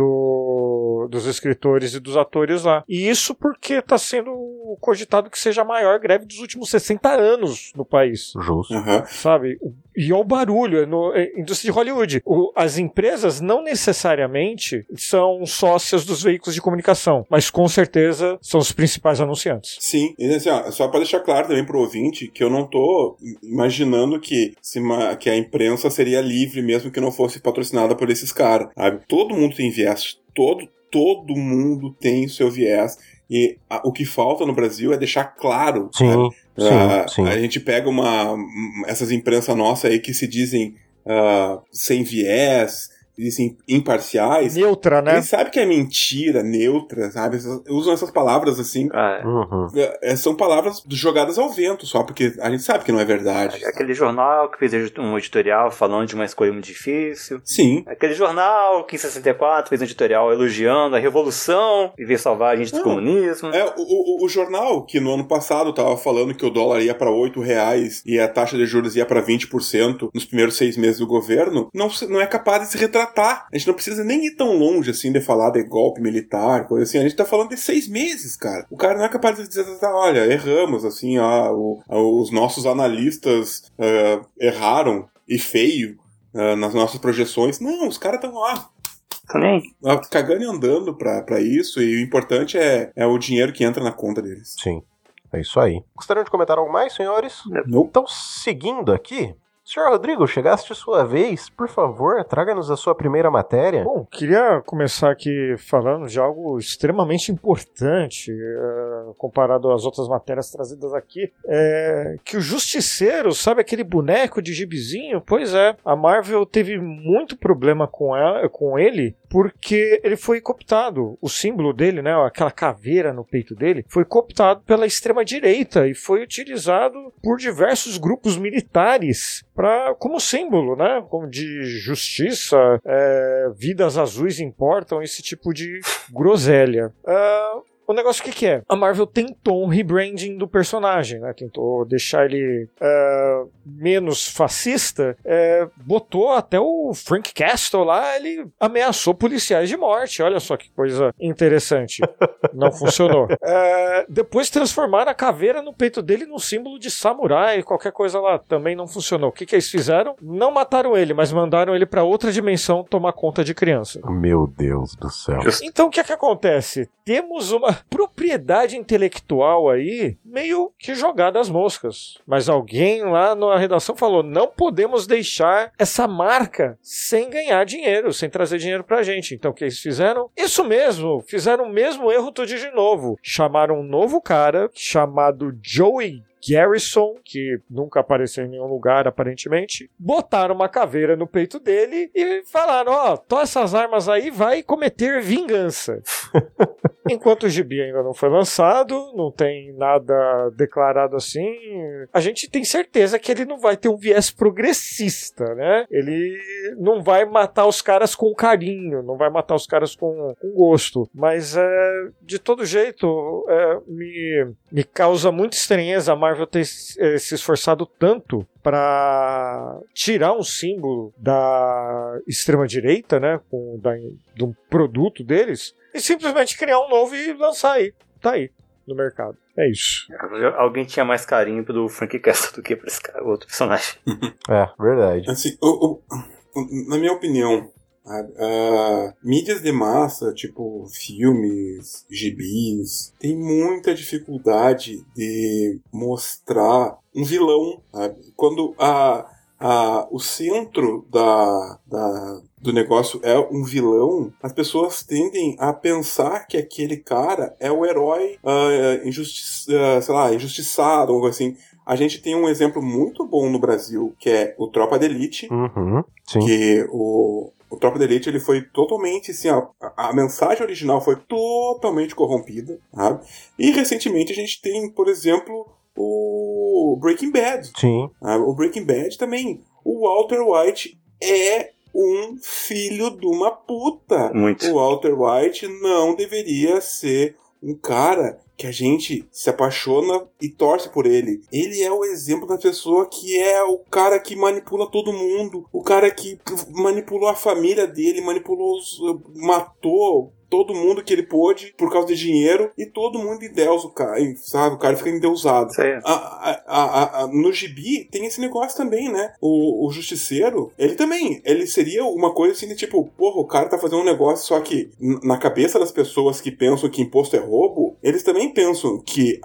Speaker 4: dos escritores e dos atores lá. E isso porque está sendo cogitado que seja a maior greve dos últimos 60 anos no país.
Speaker 1: Justo.
Speaker 4: Sabe? E olha o barulho, indústria de Hollywood. As empresas não necessariamente são sócias dos veículos de comunicação, mas com certeza são os principais anunciantes.
Speaker 3: Sim, e assim, só para deixar claro também pro ouvinte que eu não tô imaginando que a imprensa seria livre mesmo que não fosse patrocinada por esses caras, sabe? Todo mundo tem viés, todo mundo tem o seu viés. E o que falta no Brasil é deixar claro.
Speaker 1: Sim.
Speaker 3: A gente pega essas imprensas nossas aí que se dizem sem viés, dizem imparciais.
Speaker 4: Neutra, né?
Speaker 3: Eles sabem que é mentira, neutra, sabe? Usam essas palavras assim. São palavras jogadas ao vento só, porque a gente sabe que não é verdade.
Speaker 2: Aquele jornal que fez um editorial falando de uma escolha muito difícil.
Speaker 3: Sim.
Speaker 2: Aquele jornal que em 64 fez um editorial elogiando a revolução e veio salvar a gente do comunismo.
Speaker 3: O jornal que no ano passado tava falando que o dólar ia para R$8 e a taxa de juros ia para 20% nos primeiros 6 meses do governo, não é capaz de se retratar. A gente não precisa nem ir tão longe assim de falar de golpe militar, coisa assim. A gente tá falando de 6 meses, cara. O cara não é capaz de dizer, olha, erramos, assim, os nossos analistas erraram e feio nas nossas projeções. Não, os caras estão lá. Cagando e andando pra isso, e o importante é o dinheiro que entra na conta deles.
Speaker 1: Sim, é isso aí. Gostariam de comentar algo mais, senhores?
Speaker 3: Não.
Speaker 1: Então, seguindo aqui, senhor Rodrigo, chegaste sua vez. Por favor, traga-nos a sua primeira matéria.
Speaker 4: Bom, queria começar aqui falando de algo extremamente importante, comparado às outras matérias trazidas aqui, que o Justiceiro, sabe aquele boneco de gibizinho? Pois é, a Marvel teve muito problema com ele, porque ele foi cooptado. O símbolo dele, né, aquela caveira no peito dele, foi cooptado pela extrema-direita e foi utilizado por diversos grupos militares como símbolo, né? Como de justiça, vidas azuis importam, esse tipo de groselha. O negócio o que é? A Marvel tentou um rebranding do personagem, né? Tentou deixar ele menos fascista, botou até o Frank Castle lá, ele ameaçou policiais de morte. Olha só que coisa interessante. Não funcionou. Depois transformaram a caveira no peito dele num símbolo de samurai, qualquer coisa lá, também não funcionou. O que eles fizeram? Não mataram ele, mas mandaram ele pra outra dimensão tomar conta de criança.
Speaker 1: Meu Deus do céu.
Speaker 4: Então o que acontece? Temos uma propriedade intelectual aí meio que jogada às moscas. Mas alguém lá na redação falou, não podemos deixar essa marca sem ganhar dinheiro, sem trazer dinheiro pra gente. Então o que eles fizeram? Isso mesmo, fizeram o mesmo erro tudo de novo. Chamaram um novo cara chamado Joey Garrison, que nunca apareceu em nenhum lugar aparentemente, botaram uma caveira no peito dele e falaram, tô essas armas aí, vai cometer vingança. Enquanto o gibi ainda não foi lançado, não tem nada declarado assim, a gente tem certeza que ele não vai ter um viés progressista, né? Ele não vai matar os caras com carinho, não vai matar os caras com gosto, mas de todo jeito me causa muita estranheza a Marvel ter se esforçado tanto para tirar um símbolo da extrema-direita, né, de um produto deles, e simplesmente criar um novo e lançar aí. Tá aí, no mercado. É isso.
Speaker 2: Alguém tinha mais carinho pelo Frank Castle do que pra esse cara, outro personagem.
Speaker 1: Verdade.
Speaker 3: Assim, na minha opinião, mídias de massa, tipo filmes, gibis, tem muita dificuldade de mostrar um vilão, sabe? Quando o centro do negócio é um vilão, as pessoas tendem a pensar que aquele cara é o herói injustiçado, algo assim. A gente tem um exemplo muito bom no Brasil, que é o Tropa de Elite,
Speaker 1: sim.
Speaker 3: que o Tropa de Elite ele foi totalmente, assim, a mensagem original foi totalmente corrompida, sabe? E recentemente a gente tem, por exemplo, o Breaking Bad.
Speaker 1: Sim.
Speaker 3: O Breaking Bad também. O Walter White é um filho de uma puta.
Speaker 2: Muito.
Speaker 3: O Walter White não deveria ser um cara que a gente se apaixona e torce por ele. Ele é o exemplo da pessoa que é o cara que manipula todo mundo, o cara que manipulou a família dele, matou todo mundo que ele pôde por causa de dinheiro, e todo mundo endeusa o cara, sabe? O cara fica endeusado. No gibi tem esse negócio também, né? O Justiceiro, ele seria uma coisa assim de tipo, porra, o cara tá fazendo um negócio, só que na cabeça das pessoas que pensam que imposto é roubo, eles também pensam que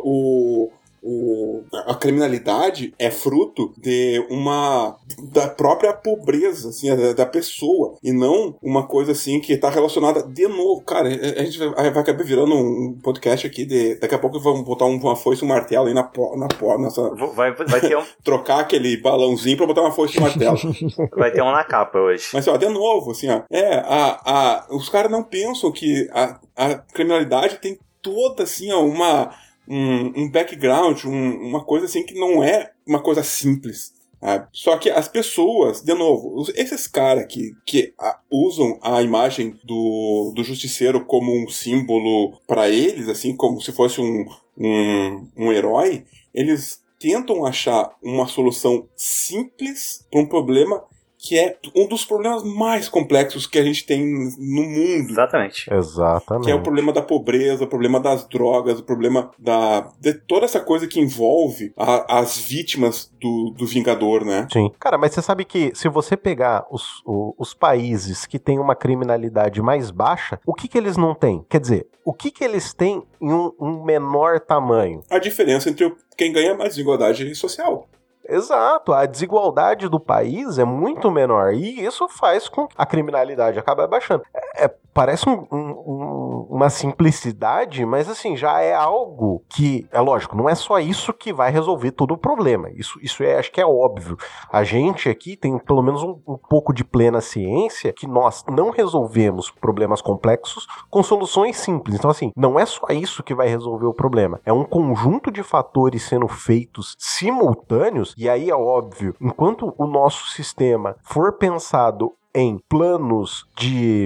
Speaker 3: a criminalidade é fruto da própria pobreza, assim, da pessoa, e não uma coisa assim que tá relacionada de novo. Cara, a gente vai acabar virando um podcast aqui daqui a pouco vamos botar uma foice e um martelo aí nessa...
Speaker 2: Vai ter um...
Speaker 3: trocar aquele balãozinho pra botar uma foice e um martelo.
Speaker 2: Vai ter um na capa hoje.
Speaker 3: Mas, ó, de novo, assim, ó, os caras não pensam que a criminalidade tem toda, assim, ó, um background, uma coisa assim que não é uma coisa simples. Sabe? Só que as pessoas, de novo, esses caras que usam a imagem do Justiceiro como um símbolo para eles, assim, como se fosse um herói, eles tentam achar uma solução simples para um problema que é um dos problemas mais complexos que a gente tem no mundo.
Speaker 2: Exatamente.
Speaker 3: Que é o problema da pobreza, o problema das drogas, o problema de toda essa coisa que envolve as vítimas do Vingador, né?
Speaker 1: Sim. Cara, mas você sabe que se você pegar os países que têm uma criminalidade mais baixa, o que eles não têm? Quer dizer, o que eles têm em um menor tamanho?
Speaker 3: A diferença entre quem ganha mais desigualdade social.
Speaker 1: Exato, a desigualdade do país é muito menor e isso faz com que a criminalidade acabe baixando. Parece uma simplicidade, mas assim, já é algo que, é lógico, não é só isso que vai resolver todo o problema. Isso acho que é óbvio. A gente aqui tem pelo menos um pouco de plena ciência que nós não resolvemos problemas complexos com soluções simples. Então assim, não é só isso que vai resolver o problema. É um conjunto de fatores sendo feitos simultâneos, e aí é óbvio, enquanto o nosso sistema for pensado em planos de...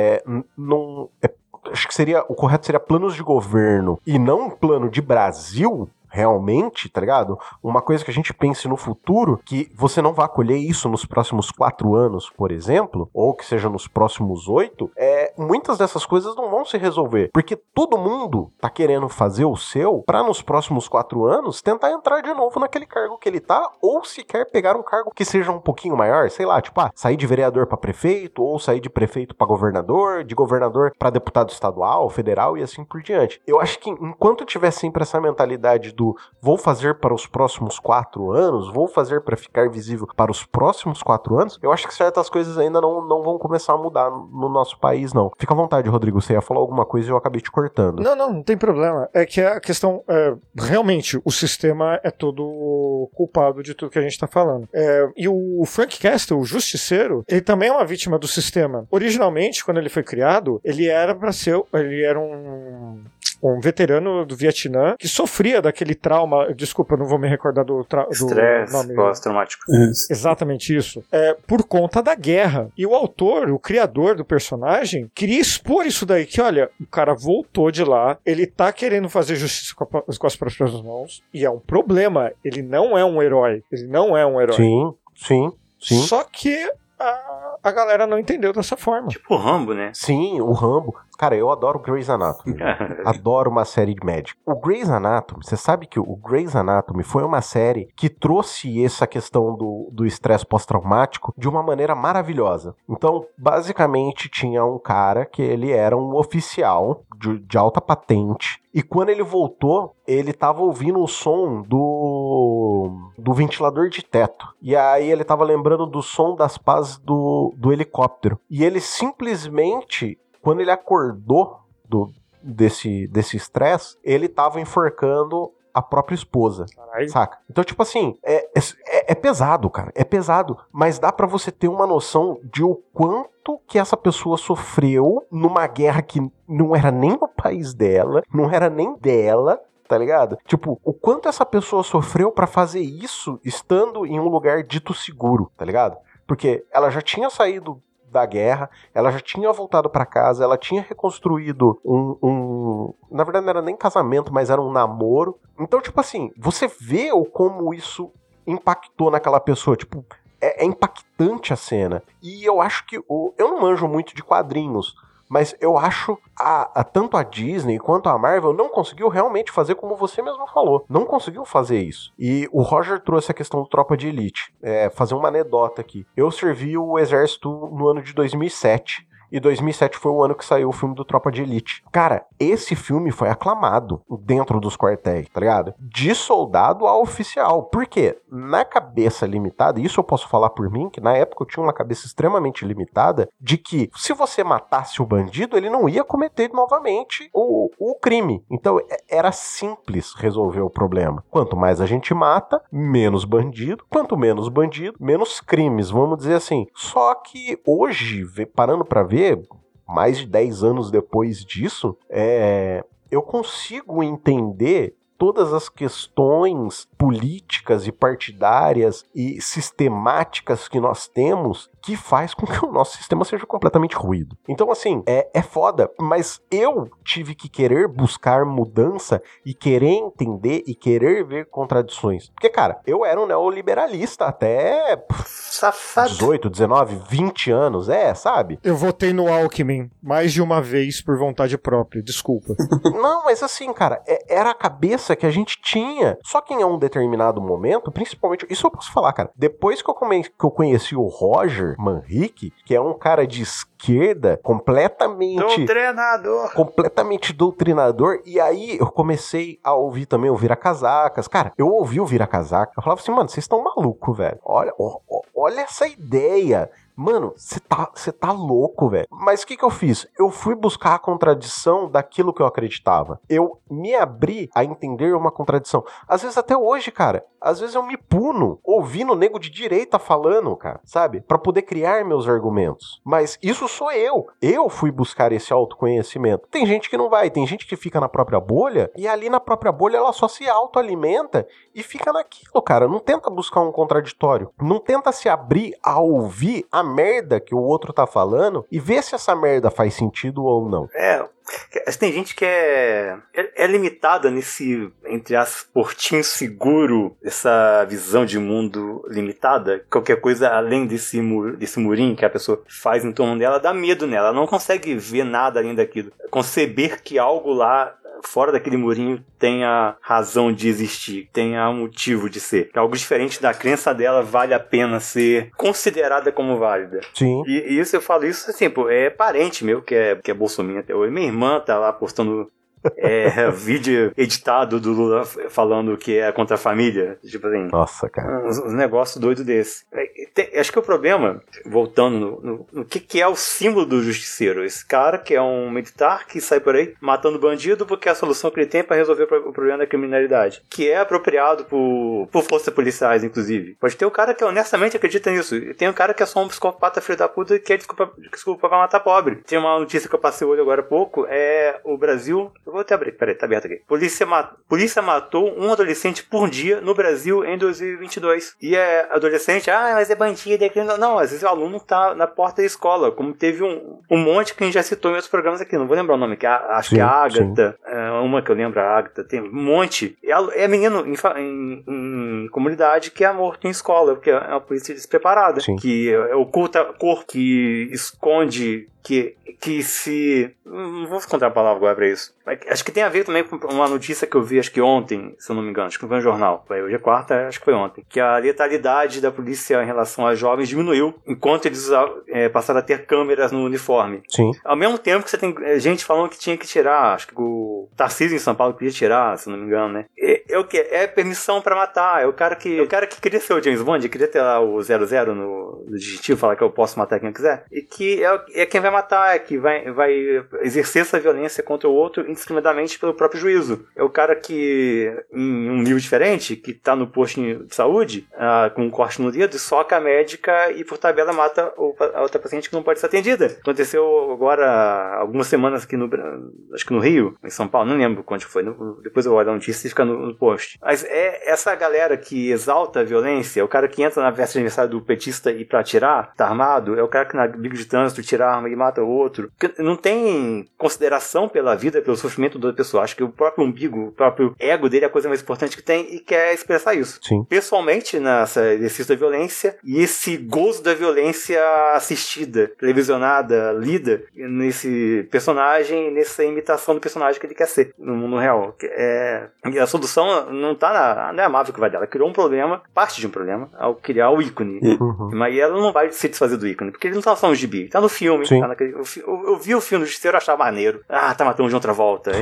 Speaker 1: acho que o correto seria planos de governo e não um plano de Brasil, realmente, tá ligado? Uma coisa que a gente pense no futuro, que você não vai colher isso nos próximos 4 anos, por exemplo, ou que seja nos próximos 8, muitas dessas coisas não vão se resolver, porque todo mundo tá querendo fazer o seu pra nos próximos 4 anos tentar entrar de novo naquele cargo que ele tá, ou se quer pegar um cargo que seja um pouquinho maior, sei lá, tipo, sair de vereador pra prefeito, ou sair de prefeito pra governador, de governador pra deputado estadual, federal e assim por diante. Eu acho que enquanto tiver sempre essa mentalidade vou fazer para os próximos 4 anos, vou fazer para ficar visível para os próximos 4 anos, eu acho que certas coisas ainda não vão começar a mudar no nosso país, não. Fica à vontade, Rodrigo, você ia falar alguma coisa e eu acabei te cortando.
Speaker 4: Não tem problema. É que a questão, realmente, o sistema é todo culpado de tudo que a gente tá falando. E o Frank Castle, o Justiceiro, ele também é uma vítima do sistema. Originalmente, quando ele foi criado, ele era um veterano do Vietnã que sofria daquele trauma, desculpa, eu não vou me recordar do
Speaker 2: estresse pós-traumático.
Speaker 4: Exatamente isso. Por conta da guerra. E o autor, o criador do personagem, queria expor isso daí, que olha, o cara voltou de lá, ele tá querendo fazer justiça com as próprias mãos, e é um problema, ele não é um herói. Sim. Só que a galera não entendeu dessa forma.
Speaker 2: Tipo o Rambo, né?
Speaker 1: Sim, o Rambo. Cara, eu adoro Grey's Anatomy. Adoro uma série de médico. O Grey's Anatomy, você sabe que o Grey's Anatomy foi uma série que trouxe essa questão do estresse pós-traumático de uma maneira maravilhosa. Então, basicamente, tinha um cara que ele era um oficial de alta patente, e quando ele voltou, ele tava ouvindo o som do ventilador de teto. E aí ele tava lembrando do som das pás do do helicóptero. E ele simplesmente, quando ele acordou desse estresse, ele tava enforcando a própria esposa, saca? Então, tipo assim, é pesado, cara, é pesado, mas dá pra você ter uma noção de o quanto que essa pessoa sofreu numa guerra que não era nem no país dela, não era nem dela, tá ligado? Tipo, o quanto essa pessoa sofreu pra fazer isso estando em um lugar dito seguro, tá ligado? Porque ela já tinha saído da guerra, ela já tinha voltado pra casa, ela tinha reconstruído na verdade não era nem casamento, mas era um namoro. Então, tipo assim, você vê como isso impactou naquela pessoa, tipo, é impactante a cena. E eu acho que, eu não manjo muito de quadrinhos, mas eu acho tanto a Disney quanto a Marvel não conseguiu realmente fazer como você mesmo falou. Não conseguiu fazer isso. E o Roger trouxe a questão do Tropa de Elite. Fazer uma anedota aqui. Eu servi o exército no ano de 2007. E 2007 foi o ano que saiu o filme do Tropa de Elite. Cara, esse filme foi aclamado dentro dos quartéis, tá ligado? De soldado a oficial. Por quê? Na cabeça limitada, e isso eu posso falar por mim, que na época eu tinha uma cabeça extremamente limitada, de que se você matasse o bandido, ele não ia cometer novamente o crime. Então era simples resolver o problema. Quanto mais a gente mata, menos bandido. Quanto menos bandido, menos crimes, vamos dizer assim. Só que hoje, parando pra ver, mais de 10 anos depois disso, eu consigo entender todas as questões políticas e partidárias e sistemáticas que nós temos que faz com que o nosso sistema seja completamente ruído. Então, assim, é foda, mas eu tive que querer buscar mudança e querer entender e querer ver contradições. Porque, cara, eu era um neoliberalista até
Speaker 2: safado.
Speaker 1: 18, 19, 20 anos, sabe?
Speaker 4: Eu votei no Alckmin mais de uma vez por vontade própria, desculpa.
Speaker 1: Não, mas assim, cara, era a cabeça que a gente tinha. Só que em um determinado momento, principalmente, isso eu posso falar, cara, depois que eu conheci o Roger Manrique, que é um cara de esquerda completamente doutrinador, e aí eu comecei a ouvir também o Vira-Casacas. Cara, eu ouvi o Vira-Casaca, eu falava assim, mano, vocês estão malucos, velho. Olha essa ideia. Mano, você tá louco, velho. Mas o que eu fiz? Eu fui buscar a contradição daquilo que eu acreditava. Eu me abri a entender uma contradição. Às vezes até hoje, cara, às vezes eu me puno ouvindo nego de direita falando, cara, sabe? Pra poder criar meus argumentos. Mas isso sou eu. Eu fui buscar esse autoconhecimento. Tem gente que não vai, tem gente que fica na própria bolha e ali na própria bolha ela só se autoalimenta e fica naquilo, cara. Não tenta buscar um contraditório. Não tenta se abrir a ouvir a merda que o outro tá falando e ver se essa merda faz sentido ou não.
Speaker 2: Tem gente que é limitada nesse, entre as portinho seguro, essa visão de mundo limitada. Qualquer coisa além desse murinho que a pessoa faz em torno dela dá medo nela. Ela não consegue ver nada além daquilo. Conceber que algo lá fora daquele murinho tenha razão de existir, tenha um motivo de ser. Que algo diferente da crença dela vale a pena ser considerada como válida.
Speaker 1: Sim.
Speaker 2: E isso eu falo isso assim, pô, é parente meu que é bolsominion até hoje. Minha irmã tá lá postando vídeo editado do Lula falando que é contra a família. Tipo assim.
Speaker 1: Nossa, cara.
Speaker 2: Um negócio doido desse. Acho que o problema, voltando no que é o símbolo do justiceiro. Esse cara que é um militar que sai por aí matando bandido porque é a solução que ele tem para resolver o problema da criminalidade. Que é apropriado por forças policiais, inclusive. Pode ter o cara que honestamente acredita nisso. E tem o cara que é só um psicopata filho da puta e quer desculpa pra matar pobre. Tem uma notícia que eu passei o olho agora há pouco. O Brasil... Eu vou até abrir, peraí, tá aberto aqui. Polícia matou um adolescente por dia no Brasil em 2022. E adolescente, mas é bandido, é crime. Não, às vezes o aluno tá na porta da escola, como teve um monte que a gente já citou em outros programas aqui, não vou lembrar o nome, acho que é a Agatha, uma que eu lembro, a Agatha, tem um monte. É menino em comunidade que é morto em escola, porque é uma polícia despreparada,
Speaker 1: Sim.
Speaker 2: que oculta corpo, que esconde que se... Não vou encontrar a palavra agora pra isso. Acho que tem a ver também com uma notícia que eu vi, acho que ontem, se eu não me engano, acho que foi no jornal. Hoje é quarta, acho que foi ontem. Que a letalidade da polícia em relação a jovens diminuiu enquanto eles passaram a ter câmeras no uniforme.
Speaker 1: Sim.
Speaker 2: Ao mesmo tempo que você tem gente falando que tinha que tirar, acho que o Tarcísio em São Paulo queria tirar, se eu não me engano, né? É o que? É permissão pra matar. É o cara que queria ser o James Bond, queria ter lá o 00 no digitivo, falar que eu posso matar quem eu quiser. E que é quem vai matar, é que vai exercer essa violência contra o outro indiscriminadamente pelo próprio juízo. É o cara que, em um nível diferente, que tá no posto de saúde, com um corte no dedo, soca a médica e por tabela mata a outra paciente que não pode ser atendida. Aconteceu agora, algumas semanas aqui acho que no Rio, em São Paulo, não lembro quando foi, depois eu olho a notícia e fica no post. Mas é essa galera que exalta a violência, é o cara que entra na festa de aniversário do petista e pra atirar, tá armado, é o cara que na briga de trânsito tira a arma e mata o outro. Porque não tem consideração pela vida, pelo sofrimento da pessoa. Acho que o próprio umbigo, o próprio ego dele é a coisa mais importante que tem e quer expressar isso.
Speaker 1: Sim.
Speaker 2: Pessoalmente, nessa exercício da violência e esse gozo da violência assistida, televisionada, lida nesse personagem, nessa imitação do personagem que ele quer ser no mundo real. E a solução não é a Marvel que vai dar. Ela criou um problema, parte de um problema, ao criar o ícone.
Speaker 1: Uhum.
Speaker 2: Mas ela não vai se desfazer do ícone, porque ele não tá só no gibi, tá no filme. Tá eu vi o filme do Justiceiro, eu achava maneiro. Tá matando de outra volta.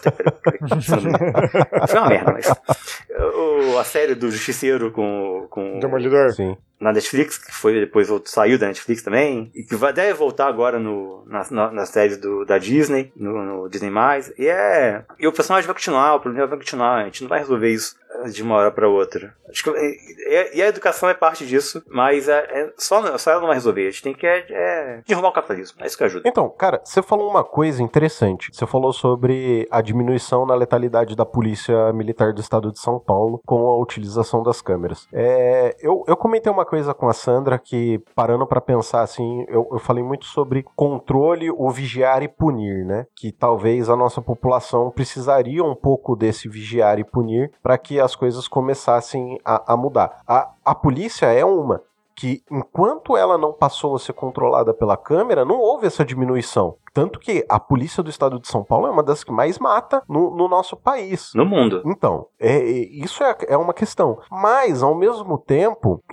Speaker 2: Foi uma merda, mas... A série do Justiceiro com
Speaker 4: Demolidor.
Speaker 1: Sim.
Speaker 2: Na Netflix, que foi depois saiu da Netflix também, e que deve voltar agora nas séries da Disney, no Disney+. E o personagem vai continuar, o problema vai continuar, a gente não vai resolver isso de uma hora para outra. Acho que, e a educação é parte disso, mas só ela não vai resolver, a gente tem que derrubar o capitalismo, é isso que ajuda.
Speaker 1: Então, cara, você falou uma coisa interessante, você falou sobre a diminuição na letalidade da Polícia Militar do Estado de São Paulo com a utilização das câmeras. Eu comentei uma coisa com a Sandra que, parando pra pensar assim, eu falei muito sobre controle, o vigiar e punir, né? Que talvez a nossa população precisaria um pouco desse vigiar e punir para que as coisas começassem a mudar. A polícia é uma que, enquanto ela não passou a ser controlada pela câmera, não houve essa diminuição. Tanto que a polícia do estado de São Paulo é uma das que mais mata no nosso país.
Speaker 2: No mundo.
Speaker 1: Então, isso é uma questão. Mas, ao mesmo tempo,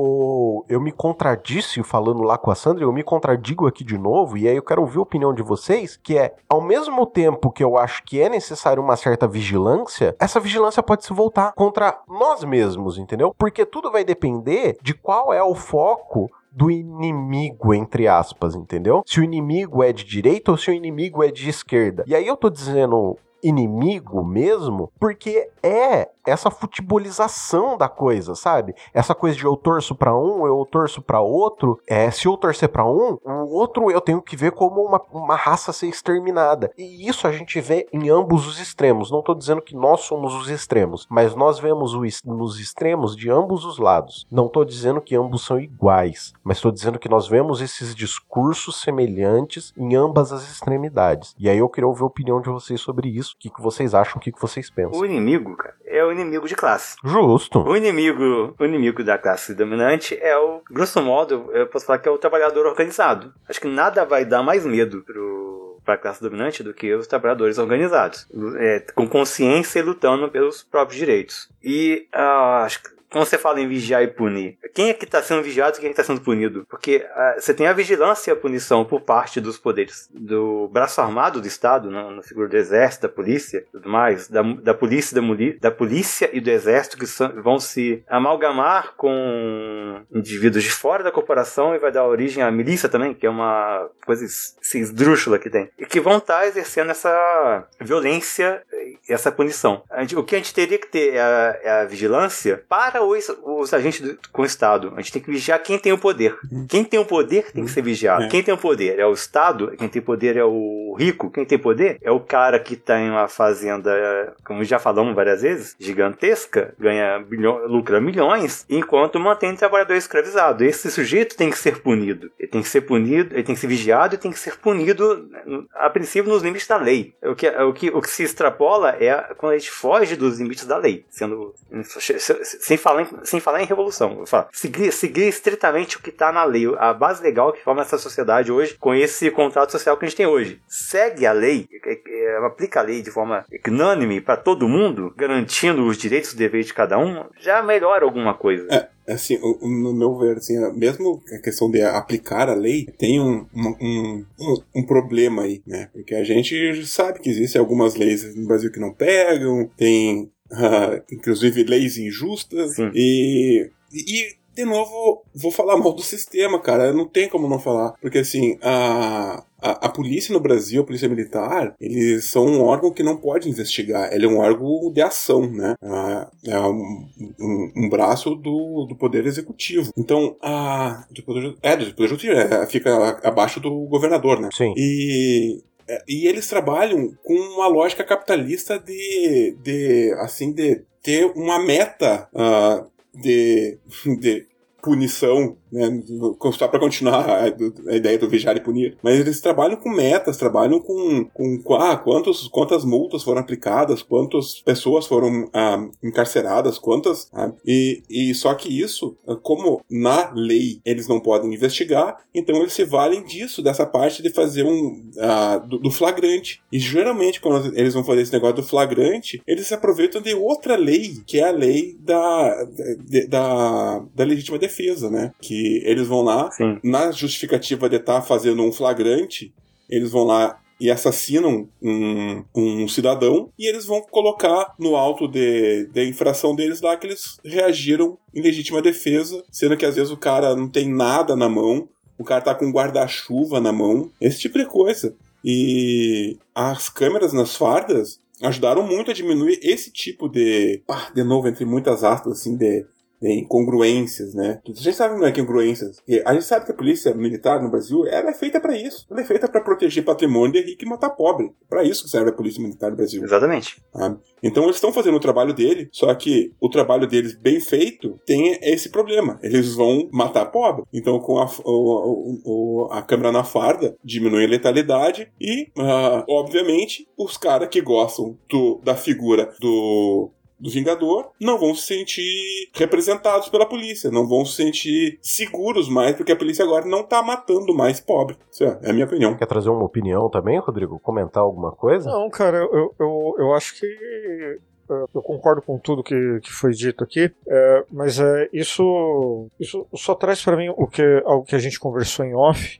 Speaker 1: eu me contradisse falando lá com a Sandra, eu me contradigo aqui de novo, e aí eu quero ouvir a opinião de vocês, que ao mesmo tempo que eu acho que é necessário uma certa vigilância, essa vigilância pode se voltar contra nós mesmos, entendeu? Porque tudo vai depender de qual é o foco do inimigo, entre aspas, entendeu? Se o inimigo é de direita ou se o inimigo é de esquerda. E aí eu tô dizendo inimigo mesmo, porque essa futebolização da coisa, sabe? Essa coisa de eu torço pra um, eu torço pra outro. Se eu torcer pra um, o outro eu tenho que ver como uma raça ser exterminada. E isso a gente vê em ambos os extremos. Não tô dizendo que nós somos os extremos, mas nós vemos nos extremos de ambos os lados. Não tô dizendo que ambos são iguais, mas tô dizendo que nós vemos esses discursos semelhantes em ambas as extremidades. E aí eu queria ouvir a opinião de vocês sobre isso. O que vocês acham, o que vocês pensam?
Speaker 2: O inimigo, cara, é o inimigo de classe.
Speaker 1: Justo.
Speaker 2: O inimigo da classe dominante é grosso modo, eu posso falar que é o trabalhador organizado. Acho que nada vai dar mais medo para a classe dominante do que os trabalhadores organizados, com consciência e lutando pelos próprios direitos. E acho que quando você fala em vigiar e punir, quem é que está sendo vigiado e quem é que está sendo punido? Porque você tem a vigilância e a punição por parte dos poderes do braço armado do Estado, na figura do Exército, da polícia, tudo mais, da polícia e do Exército, que vão se amalgamar com indivíduos de fora da corporação e vai dar origem à milícia também, que é uma coisa esdrúxula que tem, e que vão estar exercendo essa violência, essa punição. O que a gente teria que ter é a vigilância para os agentes com o Estado. A gente tem que vigiar quem tem o poder. Quem tem o poder tem que ser vigiado. Quem tem o poder é o Estado, quem tem poder é o rico, quem tem poder é o cara que tem uma fazenda, como já falamos várias vezes, gigantesca, lucra milhões, enquanto mantém o trabalhador escravizado. Esse sujeito tem que ser punido. Ele tem que ser punido, ele tem que ser vigiado e tem que ser punido, a princípio, nos limites da lei. O que se extrapola é quando a gente foge dos limites da lei, sem falar falar em revolução. Seguir estritamente o que está na lei, a base legal que forma essa sociedade hoje, com esse contrato social que a gente tem hoje. Segue a lei, aplica a lei de forma unânime para todo mundo, garantindo os direitos e deveres de cada um, já melhora alguma coisa.
Speaker 3: Assim, no meu ver, assim, mesmo a questão de aplicar a lei, tem um problema aí, né? Porque a gente sabe que existem algumas leis no Brasil que não pegam, tem, inclusive, leis injustas, e de novo, vou falar mal do sistema, cara, não tem como não falar, porque assim, a polícia no Brasil, a polícia militar, eles são um órgão que não pode investigar, ele é um órgão de ação, né? É um braço do Poder Executivo. Então, do Poder Executivo, fica abaixo do governador, né?
Speaker 1: Sim.
Speaker 3: E eles trabalham com uma lógica capitalista de ter uma meta de punição, né, só para continuar a ideia do vigiar e punir, mas eles trabalham com metas, trabalham com quantas multas foram aplicadas, quantas pessoas foram encarceradas, e só que isso, como na lei eles não podem investigar, então eles se valem disso, dessa parte de fazer do flagrante, e geralmente quando eles vão fazer esse negócio do flagrante, eles se aproveitam de outra lei, que é a lei da legítima defesa, né, que eles vão lá, na justificativa de estar fazendo um flagrante, eles vão lá e assassinam um cidadão, e eles vão colocar no auto de infração deles lá que eles reagiram em legítima defesa, sendo que às vezes o cara não tem nada na mão, o cara tá com um guarda-chuva na mão, esse tipo de coisa. E as câmeras nas fardas ajudaram muito a diminuir esse tipo de novo, entre muitas aspas, assim, de incongruências, né? A gente sabe que não é incongruências. A gente sabe que a polícia militar no Brasil, ela é feita pra isso. Ela é feita pra proteger patrimônio de rico e matar pobre. Pra isso que serve a polícia militar no Brasil.
Speaker 2: Exatamente.
Speaker 3: Então eles estão fazendo o trabalho dele, só que o trabalho deles bem feito tem esse problema. Eles vão matar pobre. Então com a câmera na farda, diminui a letalidade e, obviamente, os caras que gostam da figura do Vingador não vão se sentir representados pela polícia, não vão se sentir seguros mais, porque a polícia agora não tá matando mais pobre. Isso é a minha opinião.
Speaker 1: Quer trazer uma opinião também, Rodrigo? Comentar alguma coisa?
Speaker 4: Não, cara, eu acho que eu concordo com tudo que foi dito aqui, mas isso só traz para mim algo que a gente conversou em off,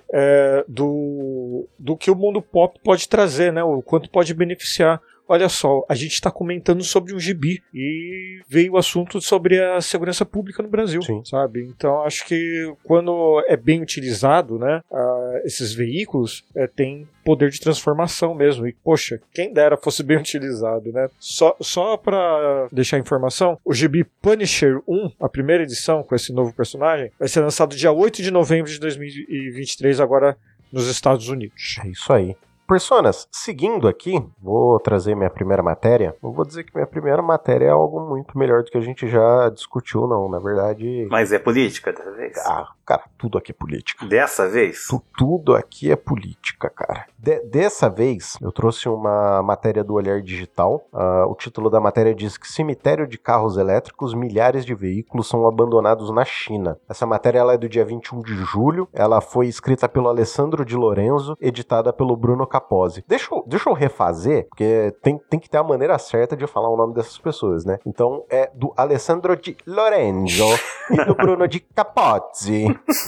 Speaker 4: do que o mundo pop pode trazer, né? O quanto pode beneficiar. Olha só, a gente está comentando sobre um gibi e veio o assunto sobre a segurança pública no Brasil, sabe? Então acho que quando é bem utilizado, né, esses veículos tem poder de transformação mesmo. E, poxa, quem dera fosse bem utilizado, né? Só para deixar a informação, o gibi Punisher 1, a primeira edição com esse novo personagem, vai ser lançado dia 8 de novembro de 2023, agora nos Estados Unidos.
Speaker 1: É isso aí. Personas, seguindo aqui, vou trazer minha primeira matéria. Não vou dizer que minha primeira matéria é algo muito melhor do que a gente já discutiu, não. Na verdade...
Speaker 2: Mas é política dessa vez?
Speaker 1: Cara, tudo aqui é política.
Speaker 2: Dessa vez?
Speaker 1: Tudo aqui é política, cara. Dessa vez, eu trouxe uma matéria do Olhar Digital. O título da matéria diz que cemitério de carros elétricos, milhares de veículos são abandonados na China. Essa matéria ela é do dia 21 de julho. Ela foi escrita pelo Alessandro Di Lorenzo, editada pelo Bruno Capozzi. Deixa eu refazer, porque tem que ter a maneira certa de falar o nome dessas pessoas, né? Então, é do Alessandro Di Lorenzo e do Bruno Di Capozzi.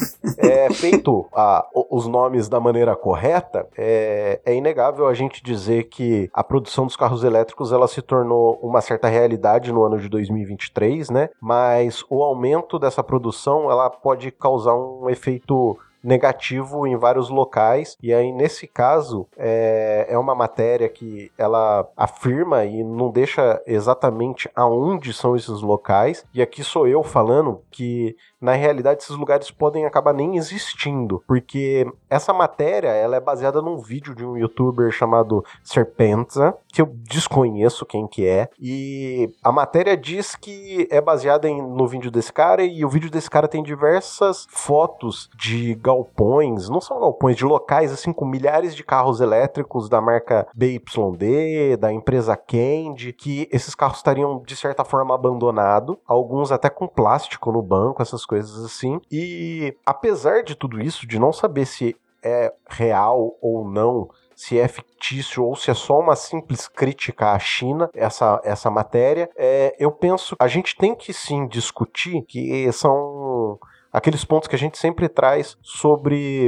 Speaker 1: Feito os nomes da maneira correta, é inegável a gente dizer que a produção dos carros elétricos ela se tornou uma certa realidade no ano de 2023, né? Mas o aumento dessa produção ela pode causar um efeito negativo em vários locais, e aí nesse caso é uma matéria que ela afirma e não deixa exatamente aonde são esses locais, e aqui sou eu falando que na realidade esses lugares podem acabar nem existindo, porque essa matéria, ela é baseada num vídeo de um youtuber chamado Serpenza, que eu desconheço quem que é, e a matéria diz que é baseada no vídeo desse cara, e o vídeo desse cara tem diversas fotos de galpões, não são galpões, de locais assim com milhares de carros elétricos da marca BYD, da empresa Candy, que esses carros estariam de certa forma abandonados, alguns até com plástico no banco, essas coisas assim, e apesar de tudo isso, de não saber se é real ou não, se é fictício ou se é só uma simples crítica à China, essa matéria, eu penso que a gente tem que sim discutir, que são aqueles pontos que a gente sempre traz sobre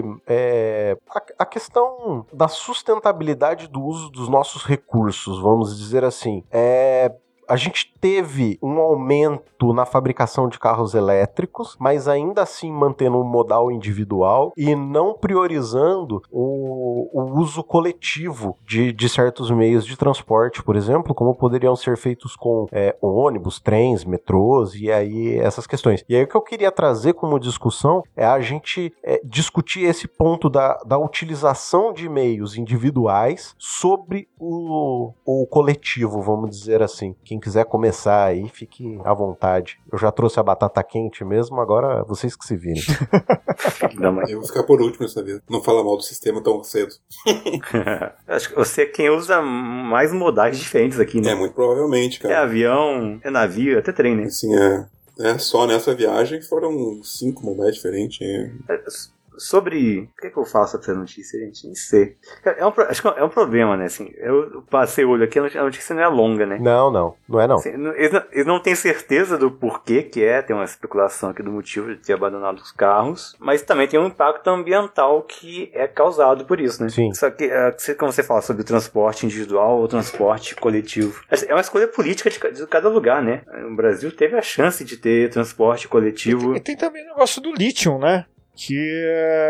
Speaker 1: a questão da sustentabilidade do uso dos nossos recursos, vamos dizer assim. A gente teve um aumento na fabricação de carros elétricos, mas ainda assim mantendo um modal individual e não priorizando o uso coletivo de certos meios de transporte, por exemplo, como poderiam ser feitos com ônibus, trens, metrôs e aí essas questões. E aí o que eu queria trazer como discussão é a gente discutir esse ponto da utilização de meios individuais sobre o coletivo, vamos dizer assim. Quem quiser começar aí, fique à vontade. Eu já trouxe a batata quente mesmo, agora vocês que se virem.
Speaker 3: Eu vou ficar por último nessa vez. Não fala mal do sistema tão cedo.
Speaker 2: Acho que você é quem usa mais modais diferentes aqui, né?
Speaker 3: Muito provavelmente, cara.
Speaker 2: É avião, é navio, até trem, né?
Speaker 3: Assim, só nessa viagem foram 5 modais diferentes.
Speaker 2: Sobre... O que eu faço essa notícia, gente? Não sei. Acho que é um problema, né? Assim, eu passei o olho aqui, a notícia não é longa, né?
Speaker 1: Não é não.
Speaker 2: Assim, eles não têm certeza do porquê que tem uma especulação aqui do motivo de ter abandonado os carros, mas também tem um impacto ambiental que é causado por isso, né?
Speaker 1: Sim.
Speaker 2: Só que, quando você fala sobre transporte individual ou transporte coletivo, é uma escolha política de cada lugar, né? O Brasil teve a chance de ter transporte coletivo.
Speaker 4: E tem também o negócio do lítio, né? Que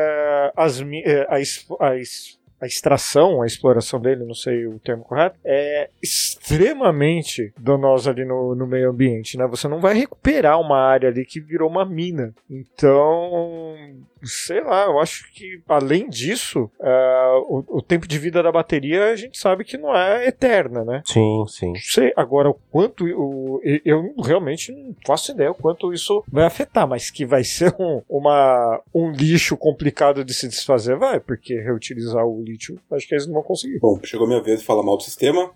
Speaker 4: a extração, a exploração dele, não sei o termo correto, é extremamente danosa ali no meio ambiente, né? Você não vai recuperar uma área ali que virou uma mina. Então, sei lá, eu acho que além disso, o tempo de vida da bateria a gente sabe que não é eterna, né?
Speaker 1: Sim.
Speaker 4: Não sei agora o quanto eu realmente não faço ideia o quanto isso vai afetar, mas que vai ser um lixo complicado de se desfazer, porque reutilizar o lítio, acho que eles não vão conseguir.
Speaker 3: Bom, chegou a minha vez de falar mal do sistema.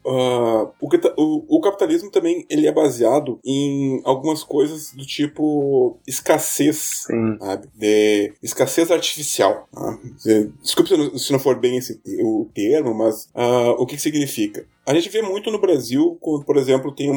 Speaker 3: O capitalismo também ele é baseado em algumas coisas do tipo escassez, sabe? De escassez artificial. Desculpe se não for bem o termo, mas o que significa? A gente vê muito no Brasil, quando, por exemplo, tem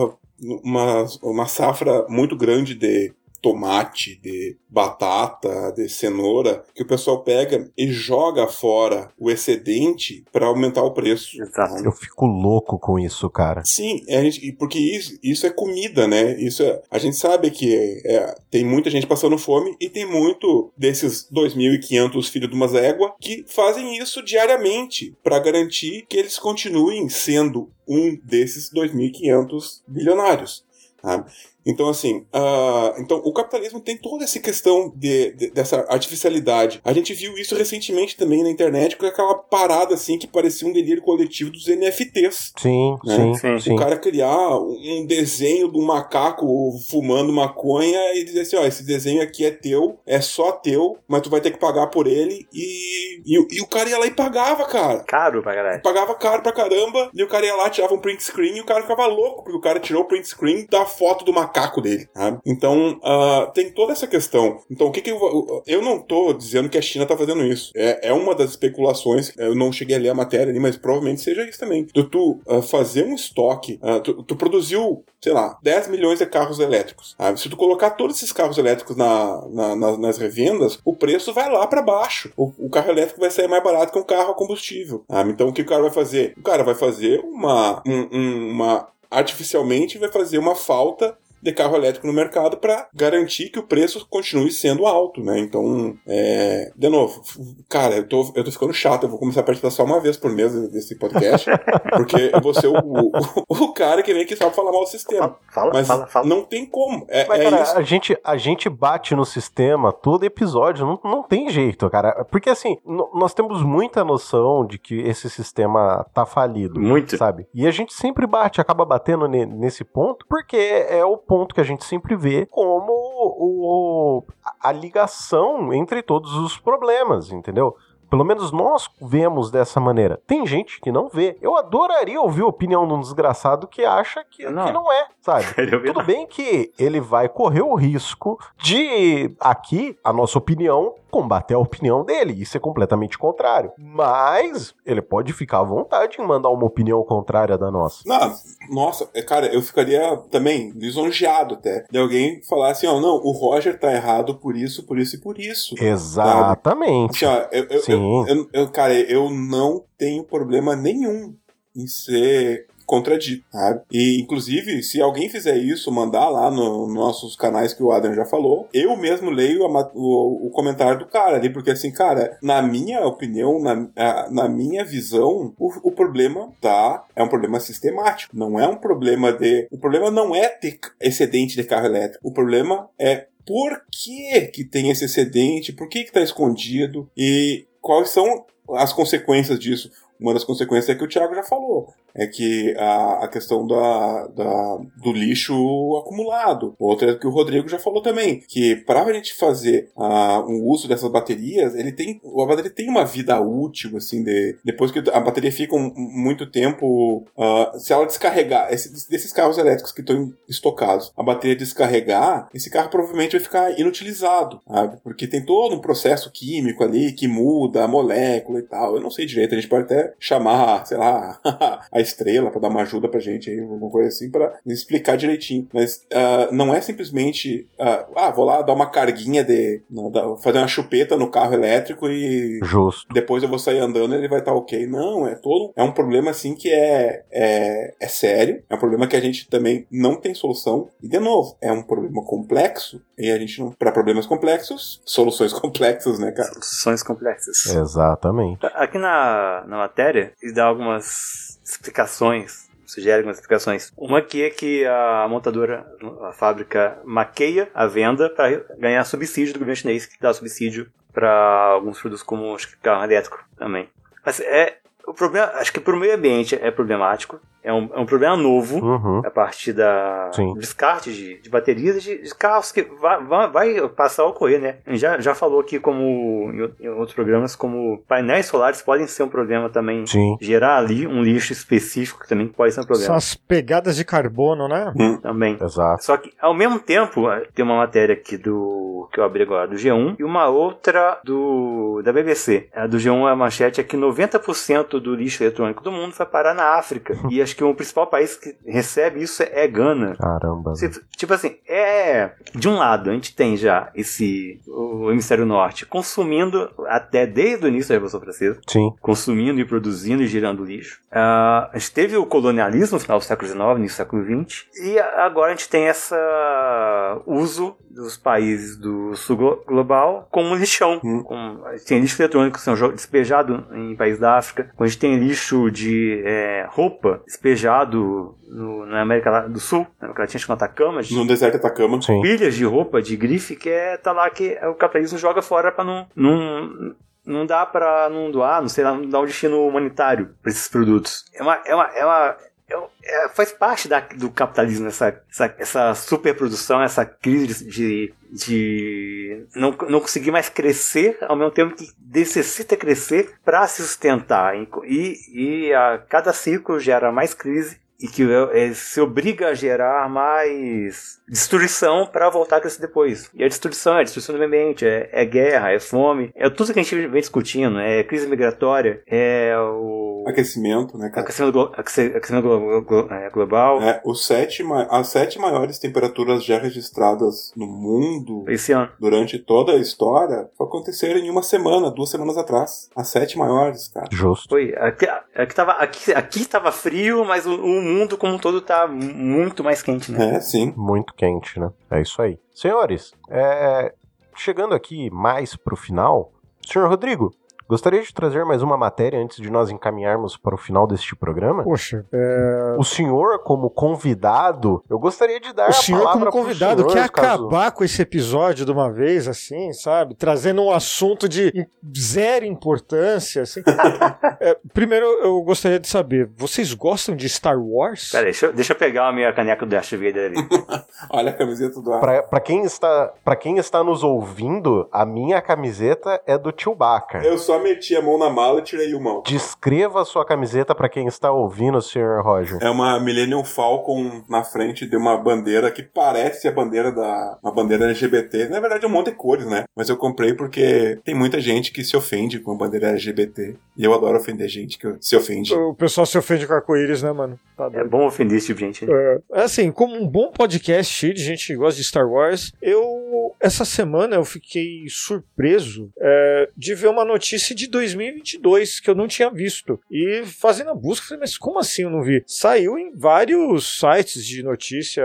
Speaker 3: uma safra muito grande de tomate, de batata, de cenoura, que o pessoal pega e joga fora o excedente para aumentar o preço.
Speaker 2: Exato.
Speaker 1: Eu fico louco com isso, cara.
Speaker 3: Sim, porque isso é comida, né? A gente sabe que tem muita gente passando fome e tem muito desses 2.500 filhos de umas éguas que fazem isso diariamente para garantir que eles continuem sendo um desses 2.500 bilionários. Sabe? Então, assim, o capitalismo tem toda essa questão dessa artificialidade. A gente viu isso recentemente também na internet, com aquela parada, assim, que parecia um delírio coletivo dos NFTs.
Speaker 1: Sim, né? Sim.
Speaker 3: O cara criar um desenho de um macaco fumando maconha e dizer assim, esse desenho aqui é teu, é só teu, mas tu vai ter que pagar por ele. E o cara ia lá e pagava, cara.
Speaker 2: Caro pra caralho.
Speaker 3: Pagava caro pra caramba, e o cara ia lá, tirava um print screen, e o cara ficava louco, porque o cara tirou o print screen da foto do macaco dele, sabe? Então, tem toda essa questão. Então, eu não tô dizendo que a China tá fazendo isso. É uma das especulações, eu não cheguei a ler a matéria ali, mas provavelmente seja isso também. Tu fazer um estoque, tu produziu, sei lá, 10 milhões de carros elétricos. Sabe? Se tu colocar todos esses carros elétricos nas revendas, o preço vai lá pra baixo. O carro elétrico vai sair mais barato que um carro a combustível. Sabe? Então, o que o cara vai fazer? O cara vai fazer artificialmente vai fazer uma falta de carro elétrico no mercado para garantir que o preço continue sendo alto, né? Então, de novo, cara, eu tô ficando chato, eu vou começar a participar só uma vez por mês desse podcast, porque eu vou ser o cara que vem aqui só pra falar mal do sistema. Fala. Não tem como.
Speaker 1: Mas, cara,
Speaker 3: isso.
Speaker 1: A gente bate no sistema todo episódio, não tem jeito, cara. Porque, assim, nós temos muita noção de que esse sistema tá falido.
Speaker 2: Muito.
Speaker 1: Sabe? E a gente sempre acaba batendo nesse ponto, porque é o ponto que a gente sempre vê como a ligação entre todos os problemas, entendeu? Pelo menos nós vemos dessa maneira. Tem gente que não vê. Eu adoraria ouvir a opinião de um desgraçado que acha que não é, sabe? Tudo bem que ele vai correr o risco de, aqui, a nossa opinião combater a opinião dele. Isso é completamente contrário. Mas ele pode ficar à vontade em mandar uma opinião contrária da nossa.
Speaker 3: Nossa, cara, eu ficaria também lisonjeado até de alguém falar assim, não, o Roger tá errado por isso e por isso.
Speaker 1: Exatamente.
Speaker 3: Assim, cara, eu não tenho problema nenhum em ser contradito, sabe? E, inclusive, se alguém fizer isso, mandar lá nos nossos canais que o Adam já falou, eu mesmo leio o comentário do cara ali, porque assim, cara, na minha opinião, na minha visão, o problema é um problema sistemático, não é um problema o problema não é ter excedente de carro elétrico, o problema é por que tem esse excedente, por que tá escondido e quais são as consequências disso. Uma das consequências é que o Thiago já falou, é que a questão do lixo acumulado. Outra é que o Rodrigo já falou também, que para a gente fazer o uso dessas baterias, a bateria tem uma vida útil, assim, depois que a bateria fica muito tempo, se ela descarregar, desses carros elétricos que estão estocados, a bateria descarregar, esse carro provavelmente vai ficar inutilizado, sabe? Porque tem todo um processo químico ali que muda a molécula e tal. Eu não sei direito, a gente pode até chamar, sei lá, a Estrela pra dar uma ajuda pra gente aí, alguma coisa assim, pra explicar direitinho. Mas não é simplesmente vou lá dar uma carguinha fazer uma chupeta no carro elétrico e
Speaker 1: justo,
Speaker 3: depois eu vou sair andando e ele vai estar ok. Não, é um problema assim que é sério, é um problema que a gente também não tem solução e, de novo, é um problema complexo e a gente não, pra problemas complexos, soluções complexas, né, cara?
Speaker 2: Soluções complexas.
Speaker 1: Exatamente.
Speaker 2: Aqui na matéria, ele dá algumas explicações, sugere algumas explicações. Uma aqui é que a montadora, a fábrica, maqueia a venda para ganhar subsídio do governo chinês, que dá subsídio para alguns produtos como, acho que, carro elétrico também. Mas o problema, acho que para o meio ambiente é problemático. É um problema novo, a partir do descarte de baterias de carros que vai passar a ocorrer, né? A gente já falou aqui, como em outros programas, como painéis solares podem ser um problema também.
Speaker 1: Sim.
Speaker 2: Gerar ali um lixo específico que também pode ser um problema.
Speaker 4: São as pegadas de carbono, né?
Speaker 2: Também.
Speaker 1: Exato.
Speaker 2: Só que, ao mesmo tempo, tem uma matéria aqui que eu abri agora, do G1, e uma outra da BBC. A do G1, a manchete é que 90% do lixo eletrônico do mundo vai parar na África. E acho que o principal país que recebe isso é Gana.
Speaker 1: Caramba.
Speaker 2: Tipo assim, de um lado, a gente tem já o hemisfério norte consumindo até desde o início da Revolução Francesa.
Speaker 1: Sim.
Speaker 2: Consumindo e produzindo e gerando lixo. A gente teve o colonialismo no final do século XIX, início do século XX. E agora a gente tem esse uso dos países do sul global como lixão. A gente tem lixo eletrônico sendo despejado em países da África. A gente tem lixo de roupa despejado na América do Sul, na América Latina, no Atacama.
Speaker 3: No deserto Atacama.
Speaker 1: Sim.
Speaker 2: Pilhas de roupa, de grife, tá lá que o capitalismo joga fora pra não dá pra não doar, não sei lá, não dar um destino humanitário pra esses produtos. Faz parte do capitalismo essa superprodução, essa crise de não conseguir mais crescer ao mesmo tempo que necessita crescer para se sustentar, e a cada ciclo gera mais crise e que se obriga a gerar mais destruição para voltar a crescer depois. E a destruição do meio ambiente, é guerra, é fome, é tudo que a gente vem discutindo, é crise migratória, é o
Speaker 3: aquecimento, né, cara?
Speaker 2: Aquecimento global.
Speaker 3: As 7 maiores temperaturas já registradas no mundo
Speaker 2: Esse ano.
Speaker 3: durante toda a história aconteceram em 2 semanas atrás. As 7 maiores, cara.
Speaker 1: Justo.
Speaker 2: Foi. Aqui tava frio, mas o mundo como um todo tá muito mais quente, né?
Speaker 3: Sim.
Speaker 1: Muito quente, né? É isso aí. Senhores, chegando aqui mais pro final, senhor Rodrigo, gostaria de trazer mais uma matéria antes de nós encaminharmos para o final deste programa?
Speaker 4: Poxa,
Speaker 1: O senhor, como convidado, eu gostaria de dar
Speaker 4: o senhor,
Speaker 1: a palavra
Speaker 4: como convidado,
Speaker 1: pro senhor,
Speaker 4: quer acabar com esse episódio de uma vez, assim, sabe? Trazendo um assunto de zero importância, assim. Primeiro, eu gostaria de saber, vocês gostam de Star Wars?
Speaker 2: Pera aí, deixa eu pegar a minha caneca do Darth Vader ali.
Speaker 3: Olha a camiseta do ar.
Speaker 1: Pra quem está nos ouvindo, a minha camiseta é do Chewbacca.
Speaker 3: Eu só meti a mão na mala e tirei o mão.
Speaker 1: Descreva a sua camiseta pra quem está ouvindo, Sr. Roger.
Speaker 3: É uma Millennium Falcon na frente de uma bandeira que parece uma bandeira LGBT. Na verdade é um monte de cores, né? Mas eu comprei porque tem muita gente que se ofende com a bandeira LGBT. E eu adoro ofender gente que se ofende.
Speaker 4: O pessoal se ofende com arco-íris, né, mano? Tá
Speaker 2: É
Speaker 4: doido.
Speaker 2: bom ofender esse tipo de gente.
Speaker 4: Assim, como um bom podcast cheio de gente que gosta de Star Wars, essa semana eu fiquei surpreso de ver uma notícia de 2022 que eu não tinha visto. E fazendo a busca, eu falei, mas como assim eu não vi? Saiu em vários sites de notícia,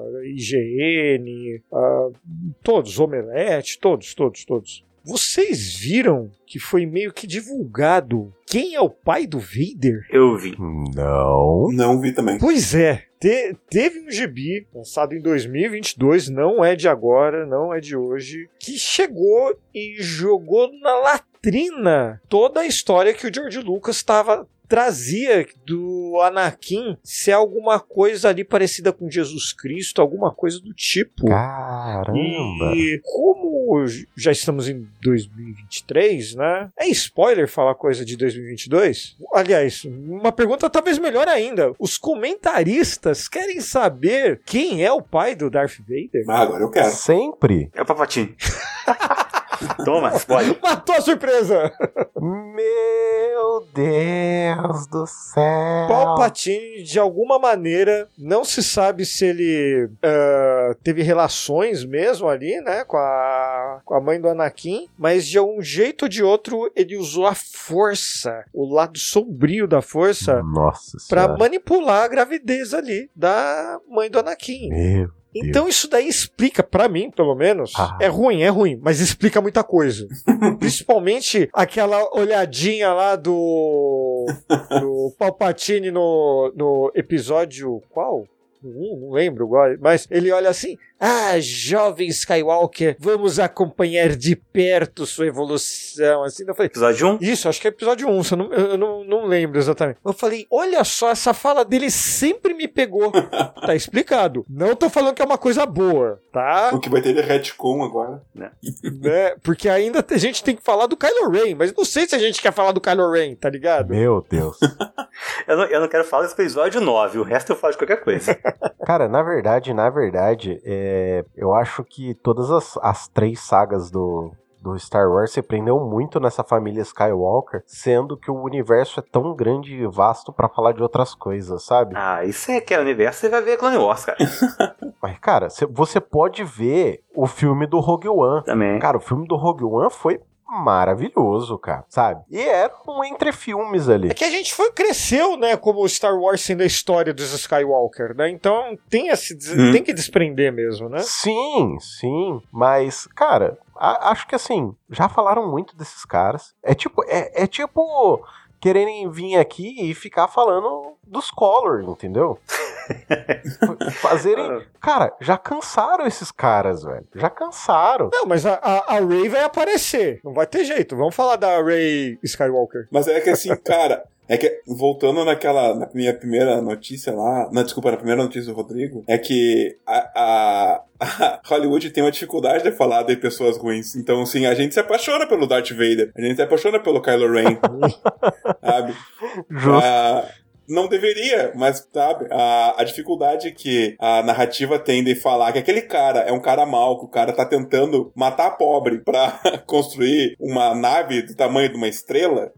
Speaker 4: IGN, todos, Omelete, todos. Vocês viram que foi meio que divulgado quem é o pai do Vader?
Speaker 2: Eu vi.
Speaker 1: Não.
Speaker 3: Não vi também.
Speaker 4: Pois é, teve um gibi lançado em 2022, não é de agora, não é de hoje, que chegou e jogou na latrina toda a história que o George Lucas trazia do Anakin ser alguma coisa ali parecida com Jesus Cristo, alguma coisa do tipo.
Speaker 1: Caramba.
Speaker 4: E como já estamos em 2023, né? É spoiler falar coisa de 2022? Aliás, uma pergunta talvez melhor ainda. Os comentaristas querem saber quem é o pai do Darth Vader?
Speaker 3: Ah, agora eu quero.
Speaker 1: Sempre.
Speaker 2: É o Palpatine. Toma, spoiler.
Speaker 4: Matou a surpresa!
Speaker 1: Meu Deus do céu.
Speaker 4: Palpatine, de alguma maneira, não se sabe se ele teve relações mesmo ali, né, com a mãe do Anakin, mas de um jeito ou de outro ele usou a força, o lado sombrio da força,
Speaker 1: Nossa
Speaker 4: pra
Speaker 1: senhora.
Speaker 4: manipular a gravidez ali da mãe do Anakin.
Speaker 1: Meu
Speaker 4: Então isso daí explica, pra mim, pelo menos, é ruim, mas explica muita coisa. Principalmente aquela olhadinha lá do Palpatine no episódio qual? Não lembro agora, mas ele olha assim: jovem Skywalker, vamos acompanhar de perto sua evolução. Assim, eu falei,
Speaker 2: Episódio 1?
Speaker 4: Isso, acho que é episódio 1, eu não lembro exatamente. Eu falei, olha só, essa fala dele sempre me pegou. Tá explicado. Não tô falando que é uma coisa boa, tá?
Speaker 3: O que vai ter é retcon agora.
Speaker 4: Né? Porque ainda a gente tem que falar do Kylo Ren, mas não sei se a gente quer falar do Kylo Ren, tá ligado?
Speaker 1: Meu Deus.
Speaker 2: Eu não quero falar desse episódio 9, o resto eu falo de qualquer coisa.
Speaker 1: Cara, na verdade, eu acho que todas as 3 sagas do Star Wars se prendeu muito nessa família Skywalker, sendo que o universo é tão grande e vasto pra falar de outras coisas, sabe?
Speaker 2: Isso é que é o universo, você vai ver Clone Wars, cara.
Speaker 1: Mas, cara, você pode ver o filme do Rogue One.
Speaker 2: Também.
Speaker 1: Cara, o filme do Rogue One foi maravilhoso, cara, sabe? E era um entre filmes ali.
Speaker 4: É que a gente cresceu, né, como Star Wars sendo a história dos Skywalker, né? Então tem que desprender mesmo, né?
Speaker 1: Sim, mas, cara, acho que assim, já falaram muito desses caras. É tipo quererem vir aqui e ficar falando dos Color, entendeu? Fazerem... Cara, já cansaram esses caras, velho. Já cansaram.
Speaker 4: Não, mas a Rey vai aparecer. Não vai ter jeito. Vamos falar da Rey Skywalker.
Speaker 3: Mas é que assim, cara... É que, voltando na minha primeira notícia lá... na primeira notícia do Rodrigo, é que a Hollywood tem uma dificuldade de falar de pessoas ruins. Então, assim, a gente se apaixona pelo Darth Vader. A gente se apaixona pelo Kylo Ren. Sabe?
Speaker 1: Justo.
Speaker 3: Não deveria, mas, sabe, a dificuldade que a narrativa tem de falar que aquele cara é um cara mau, que o cara tá tentando matar pobre pra construir uma nave do tamanho de uma estrela,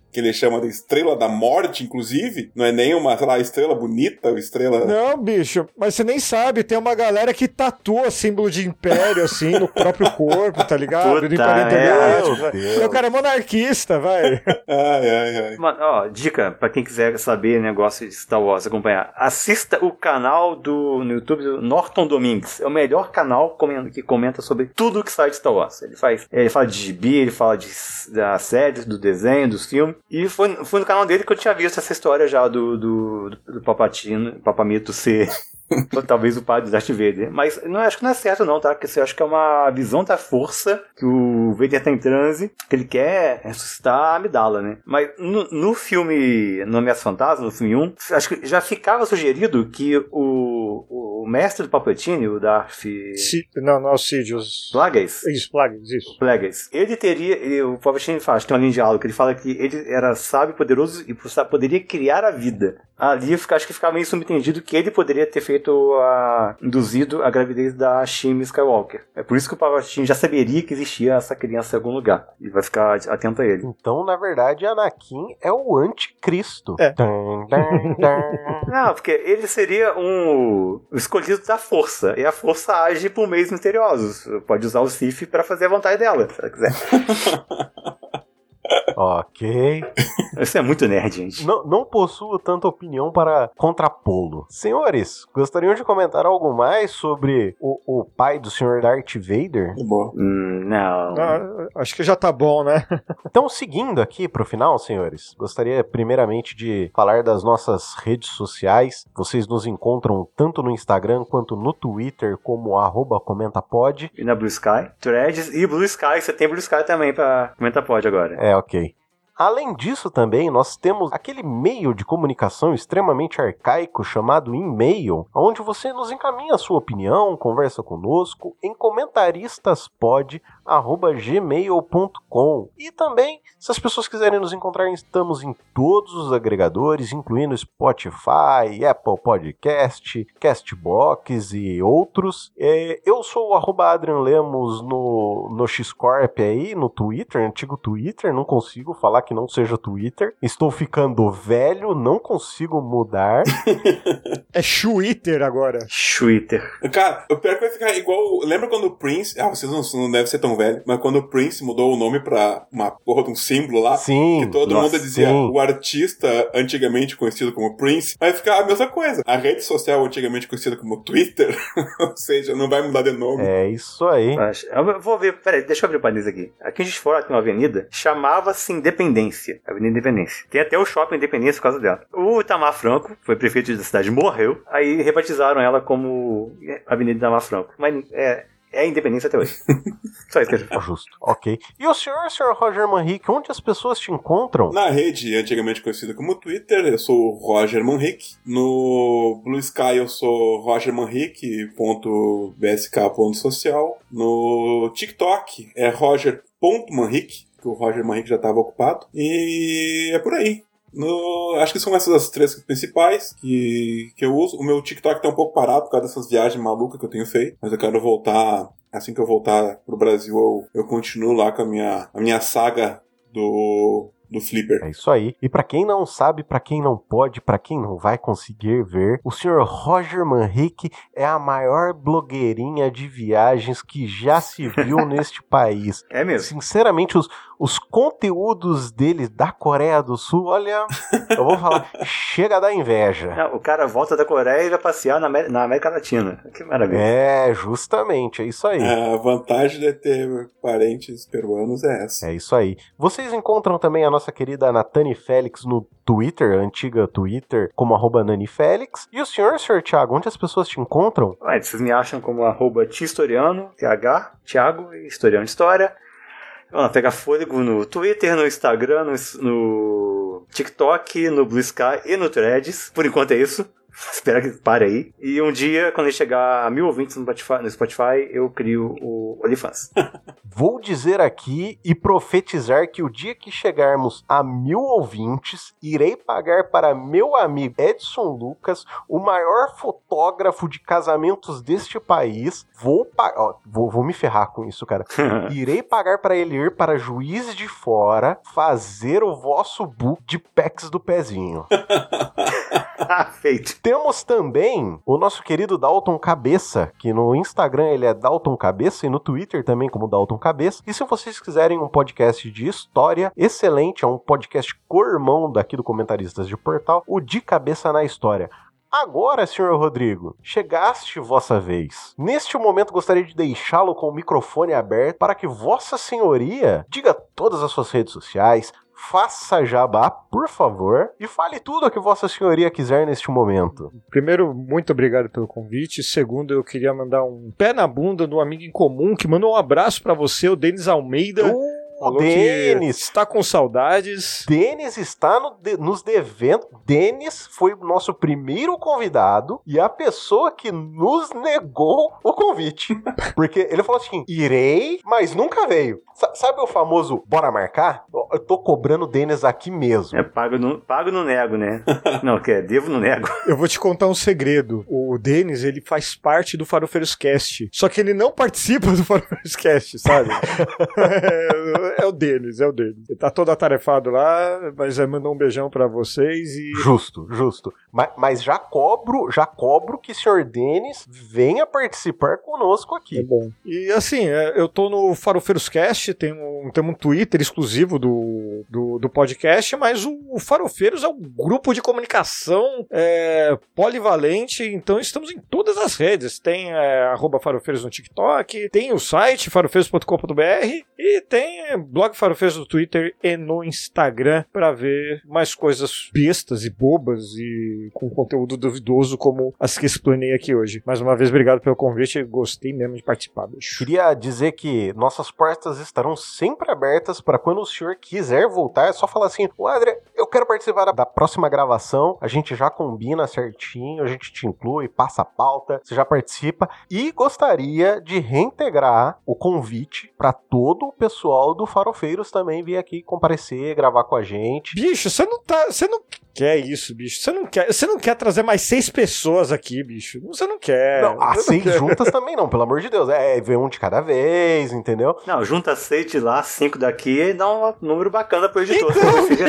Speaker 3: que ele chama de Estrela da Morte, inclusive. Não é nem uma, sei lá, estrela bonita, estrela...
Speaker 4: Não, bicho, mas você nem sabe, tem uma galera que tatua símbolo de império, assim, no próprio corpo, tá ligado?
Speaker 2: Puta,
Speaker 4: Do Império
Speaker 1: Deus.
Speaker 4: O cara é monarquista, vai.
Speaker 3: Ai.
Speaker 2: Mano, ó, dica pra quem quiser saber negócio de Star Wars, acompanhar. Assista o canal no YouTube do Norton Domingues. É o melhor canal que comenta sobre tudo que sai de Star Wars. Ele fala de gibi, ele fala da série, do desenho, dos filmes. E foi no canal dele que eu tinha visto essa história já do Papamito ser talvez o pai do Darth Vader. Mas acho que não é certo não, tá? Porque eu acho que é uma visão da força que o Vader tá em transe, que ele quer ressuscitar a Amidala, né? Mas no filme No Ameaça Fantasma, no filme 1, acho que já ficava sugerido que o mestre do Palpatine, o Darth...
Speaker 4: Não é o Sidious.
Speaker 2: Plagueis?
Speaker 4: Isso, Plagueis, isso.
Speaker 2: Plagueis. Ele teria... O Palpatine faz, tem uma linha de diálogo que ele fala que ele era sábio, poderoso e poderia criar a vida. Ali acho que ficava meio subentendido que ele poderia ter induzido a gravidez da Shmi Skywalker. É por isso que o Palpatine já saberia que existia essa criança em algum lugar. E vai ficar atento a ele.
Speaker 1: Então, na verdade, Anakin é o anticristo.
Speaker 4: É.
Speaker 2: Não, porque ele seria o escolhido da força. E a força age por meios misteriosos. Pode usar o Sith pra fazer a vontade dela, se ela quiser.
Speaker 1: Ok.
Speaker 2: Isso é muito nerd, gente.
Speaker 1: Não possuo tanta opinião para contrapô-lo. Senhores, gostariam de comentar algo mais sobre o pai do Sr. Darth Vader?
Speaker 3: Boa.
Speaker 2: Não.
Speaker 4: Acho que já tá bom, né?
Speaker 1: Então, seguindo aqui pro final, senhores, gostaria primeiramente de falar das nossas redes sociais. Vocês nos encontram tanto no Instagram quanto no Twitter como @comentapod.
Speaker 2: E na Blue Sky, Threads e Blue Sky. Você tem Blue Sky também pra ComentaPod agora.
Speaker 1: É, ok. Além disso também, nós temos aquele meio de comunicação extremamente arcaico chamado e-mail, onde você nos encaminha a sua opinião, conversa conosco em comentaristas.pod@gmail.com. E também, se as pessoas quiserem nos encontrar, estamos em todos os agregadores, incluindo Spotify, Apple Podcast, Castbox e outros. Eu sou o Adrian Lemos no Xcorp aí, no Twitter, antigo Twitter, não consigo falar que não seja Twitter. Estou ficando velho, não consigo mudar.
Speaker 4: É Twitter agora.
Speaker 2: Twitter.
Speaker 3: Cara, o pior que vai ficar igual... Lembra quando o Prince... vocês não devem ser tão velhos, mas quando o Prince mudou o nome pra uma porra de um símbolo lá,
Speaker 1: sim,
Speaker 3: que todo mundo dizia
Speaker 1: sim.
Speaker 3: O artista antigamente conhecido como Prince, vai ficar a mesma coisa. A rede social antigamente conhecida como Twitter, ou seja, não vai mudar de nome.
Speaker 1: É isso aí.
Speaker 2: Eu vou ver, peraí, deixa eu abrir o parênteses aqui. Aqui em Juiz de Fora tem uma avenida, chamava-se Independência. Avenida Independência. Tem até o Shopping Independência por causa dela. O Itamar Franco, foi prefeito da cidade, morreu. Aí rebatizaram ela como Avenida Itamar Franco. Mas é Independência até hoje. Só isso que eu falo.
Speaker 1: Justo. Ok. E o senhor Roger Manrique, onde as pessoas te encontram?
Speaker 3: Na rede antigamente conhecida como Twitter, eu sou o Roger Manrique. No Blue Sky eu sou rogermanrique.bsk.social. No TikTok é roger.manrique, que o Roger Manrique já estava ocupado. E é por aí. Acho que são essas as três principais que eu uso. O meu TikTok tá um pouco parado por causa dessas viagens malucas que eu tenho feito. Mas eu quero voltar. Assim que eu voltar pro Brasil, eu continuo lá com a minha saga do Flipper.
Speaker 1: É isso aí. E pra quem não sabe, pra quem não pode, pra quem não vai conseguir ver, o senhor Roger Manrique é a maior blogueirinha de viagens que já se viu neste país.
Speaker 2: É mesmo.
Speaker 1: Sinceramente, os conteúdos dele da Coreia do Sul, olha, eu vou falar, chega a dar inveja.
Speaker 2: Não, o cara volta da Coreia e vai passear na América Latina. Que maravilha.
Speaker 1: É, justamente, é isso aí.
Speaker 3: A vantagem de ter parentes peruanos é essa.
Speaker 1: É isso aí. Vocês encontram também a nossa querida Natane Félix no Twitter, antiga Twitter, como @NaniFélix. E o senhor Thiago, onde as pessoas te encontram?
Speaker 2: Vocês me acham como @tistoriano, Thiago, Historiano de História. Pega fôlego no Twitter, no Instagram, no TikTok, no Blue Sky e no Threads. Por enquanto é isso. Espero que pare aí. E um dia, quando ele chegar a 1000 ouvintes no Spotify, eu crio o OnlyFans.
Speaker 1: Vou dizer aqui e profetizar que o dia que chegarmos a 1000 ouvintes, irei pagar para meu amigo Edson Lucas, o maior fotógrafo de casamentos deste país. Vou me ferrar com isso, cara. Irei pagar para ele ir para Juiz de Fora fazer o vosso book de packs do pezinho.
Speaker 2: Feito.
Speaker 1: Temos também o nosso querido Dalton Cabeça, que no Instagram ele é Dalton Cabeça e no Twitter também como Dalton Cabeça. E se vocês quiserem um podcast de história excelente, é um podcast co-irmão daqui do Comentaristas de Portal, o De Cabeça na História. Agora, senhor Rodrigo, chegaste vossa vez. Neste momento, gostaria de deixá-lo com o microfone aberto para que vossa senhoria diga todas as suas redes sociais, faça jabá, por favor, e fale tudo o que vossa senhoria quiser neste momento.
Speaker 4: Primeiro, muito obrigado pelo convite. Segundo, eu queria mandar um pé na bunda do amigo em comum que mandou um abraço pra você, o Denis Almeida.
Speaker 1: O Denis
Speaker 4: está com saudades.
Speaker 1: Denis está nos devendo. Denis foi o nosso primeiro convidado e a pessoa que nos negou o convite. Porque ele falou assim, irei, mas nunca veio. Sabe o famoso bora marcar? Eu tô cobrando o Denis aqui mesmo.
Speaker 2: Pago no nego, né? Não, devo no nego.
Speaker 4: Eu vou te contar um segredo. O Denis, ele faz parte do Farofeiros Cast. Só que ele não participa do Farofeiros Cast, sabe? É o Denis. Ele tá todo atarefado lá, mas mandou um beijão pra vocês e...
Speaker 1: Justo. Mas já cobro que o senhor Denis venha participar conosco aqui.
Speaker 4: É bom. E assim, eu tô no Farofeiros Cast, tem um Twitter exclusivo do podcast, mas o Farofeiros é um grupo de comunicação polivalente, então estamos em todas as redes. Tem @farofeiros no TikTok, tem o site farofeiros.com.br e tem blog Farofeiros no Twitter e no Instagram para ver mais coisas bestas e bobas e com conteúdo duvidoso como as que explanei aqui hoje. Mais uma vez, obrigado pelo convite, gostei mesmo de participar, bicho.
Speaker 1: Queria dizer que nossas portas estarão sempre abertas para quando o senhor quiser voltar, é só falar assim, André, eu quero participar da próxima gravação, a gente já combina certinho, a gente te inclui, passa a pauta, você já participa, e gostaria de reintegrar o convite para todo o pessoal do Farofeiros também vir aqui comparecer, gravar com a gente.
Speaker 4: Bicho, você não quer isso, bicho. Você não quer trazer mais 6 pessoas aqui, bicho. Você não quer.
Speaker 1: Não, as 6 juntas também não, pelo amor de Deus. Ver um de cada vez, entendeu?
Speaker 2: Não, junta 6 de lá, 5 daqui e dá um número bacana pro editor. Então... se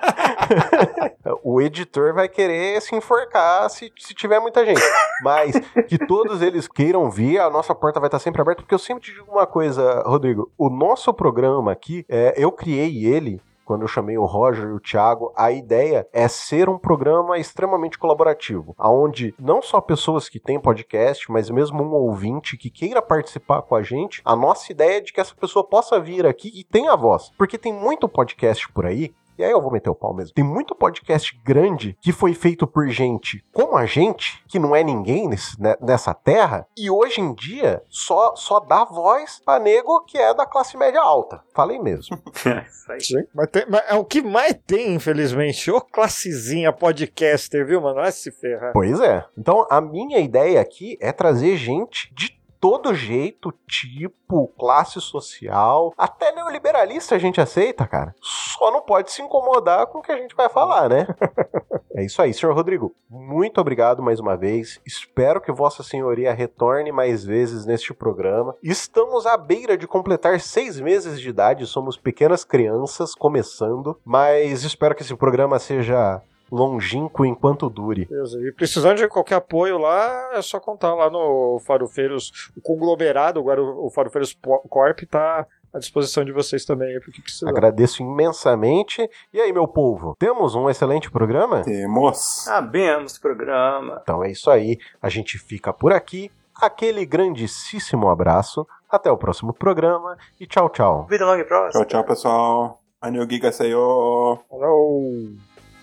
Speaker 2: virar.
Speaker 1: O editor vai querer se enforcar se tiver muita gente. Mas que todos eles queiram vir, a nossa porta vai estar sempre aberta, porque eu sempre te digo uma coisa, Rodrigo. O nosso programa aqui, eu criei ele quando eu chamei o Roger e o Thiago, a ideia é ser um programa extremamente colaborativo, onde não só pessoas que têm podcast, mas mesmo um ouvinte que queira participar com a gente, a nossa ideia é de que essa pessoa possa vir aqui e tenha voz. Porque tem muito podcast por aí, e aí eu vou meter o pau mesmo. Tem muito podcast grande que foi feito por gente como a gente, que não é ninguém nessa terra, e hoje em dia só dá voz pra nego que é da classe média alta. Falei mesmo.
Speaker 4: Sim, mas é o que mais tem, infelizmente. Ô classezinha podcaster, viu, mano? Vai se ferrar.
Speaker 1: Pois é. Então, a minha ideia aqui é trazer gente de todo jeito, tipo, classe social, até neoliberalista a gente aceita, cara. Só não pode se incomodar com o que a gente vai falar, né? É isso aí, senhor Rodrigo. Muito obrigado mais uma vez. Espero que Vossa Senhoria retorne mais vezes neste programa. Estamos à beira de completar 6 meses de idade, somos pequenas crianças começando, mas espero que esse programa seja longínquo enquanto dure.
Speaker 4: E precisando de qualquer apoio lá, é só contar lá no Farofeiros, o conglomerado, agora o Farofeiros Corp tá à disposição de vocês também, porque precisar.
Speaker 1: Agradeço imensamente. E aí, meu povo, temos um excelente programa?
Speaker 3: Temos.
Speaker 2: Sabemos programa.
Speaker 1: Então é isso aí, a gente fica por aqui. Aquele grandíssimo abraço, até o próximo programa e tchau, tchau.
Speaker 2: Vida longa e próxima.
Speaker 3: Tchau, pessoal. Anil Giga Seyo.
Speaker 4: Hello.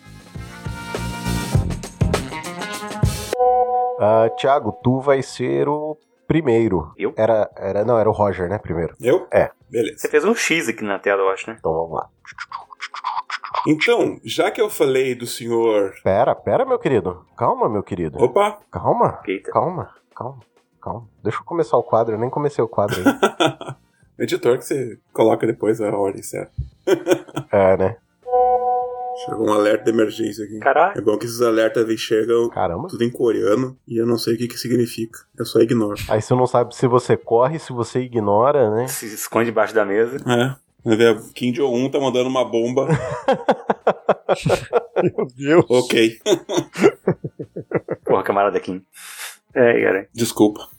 Speaker 1: Thiago, tu vai ser o primeiro.
Speaker 2: Eu?
Speaker 1: Era o Roger, né, primeiro?
Speaker 3: Eu?
Speaker 1: É.
Speaker 3: Beleza.
Speaker 2: Você fez um X aqui na tela, eu acho, né?
Speaker 1: Então vamos lá.
Speaker 3: Então, já que eu falei do senhor...
Speaker 1: Pera, meu querido. Calma, meu querido.
Speaker 3: Opa!
Speaker 1: Calma.
Speaker 2: Eita.
Speaker 1: Calma. Deixa eu começar o quadro, eu nem comecei o quadro ainda.
Speaker 3: Editor que você coloca depois a ordem certa.
Speaker 1: É, né?
Speaker 3: Chegou um alerta de emergência aqui.
Speaker 2: Caralho.
Speaker 3: É bom que esses alertas chegam
Speaker 1: Caramba.
Speaker 3: tudo em coreano e eu não sei o que significa. Eu só ignoro.
Speaker 1: Aí você não sabe se você corre, se você ignora, né?
Speaker 2: Se esconde debaixo da mesa.
Speaker 3: Vai ver, Kim Jong-un tá mandando uma bomba.
Speaker 4: Meu Deus.
Speaker 3: Ok.
Speaker 2: Porra, camarada Kim. Cara.
Speaker 3: Desculpa.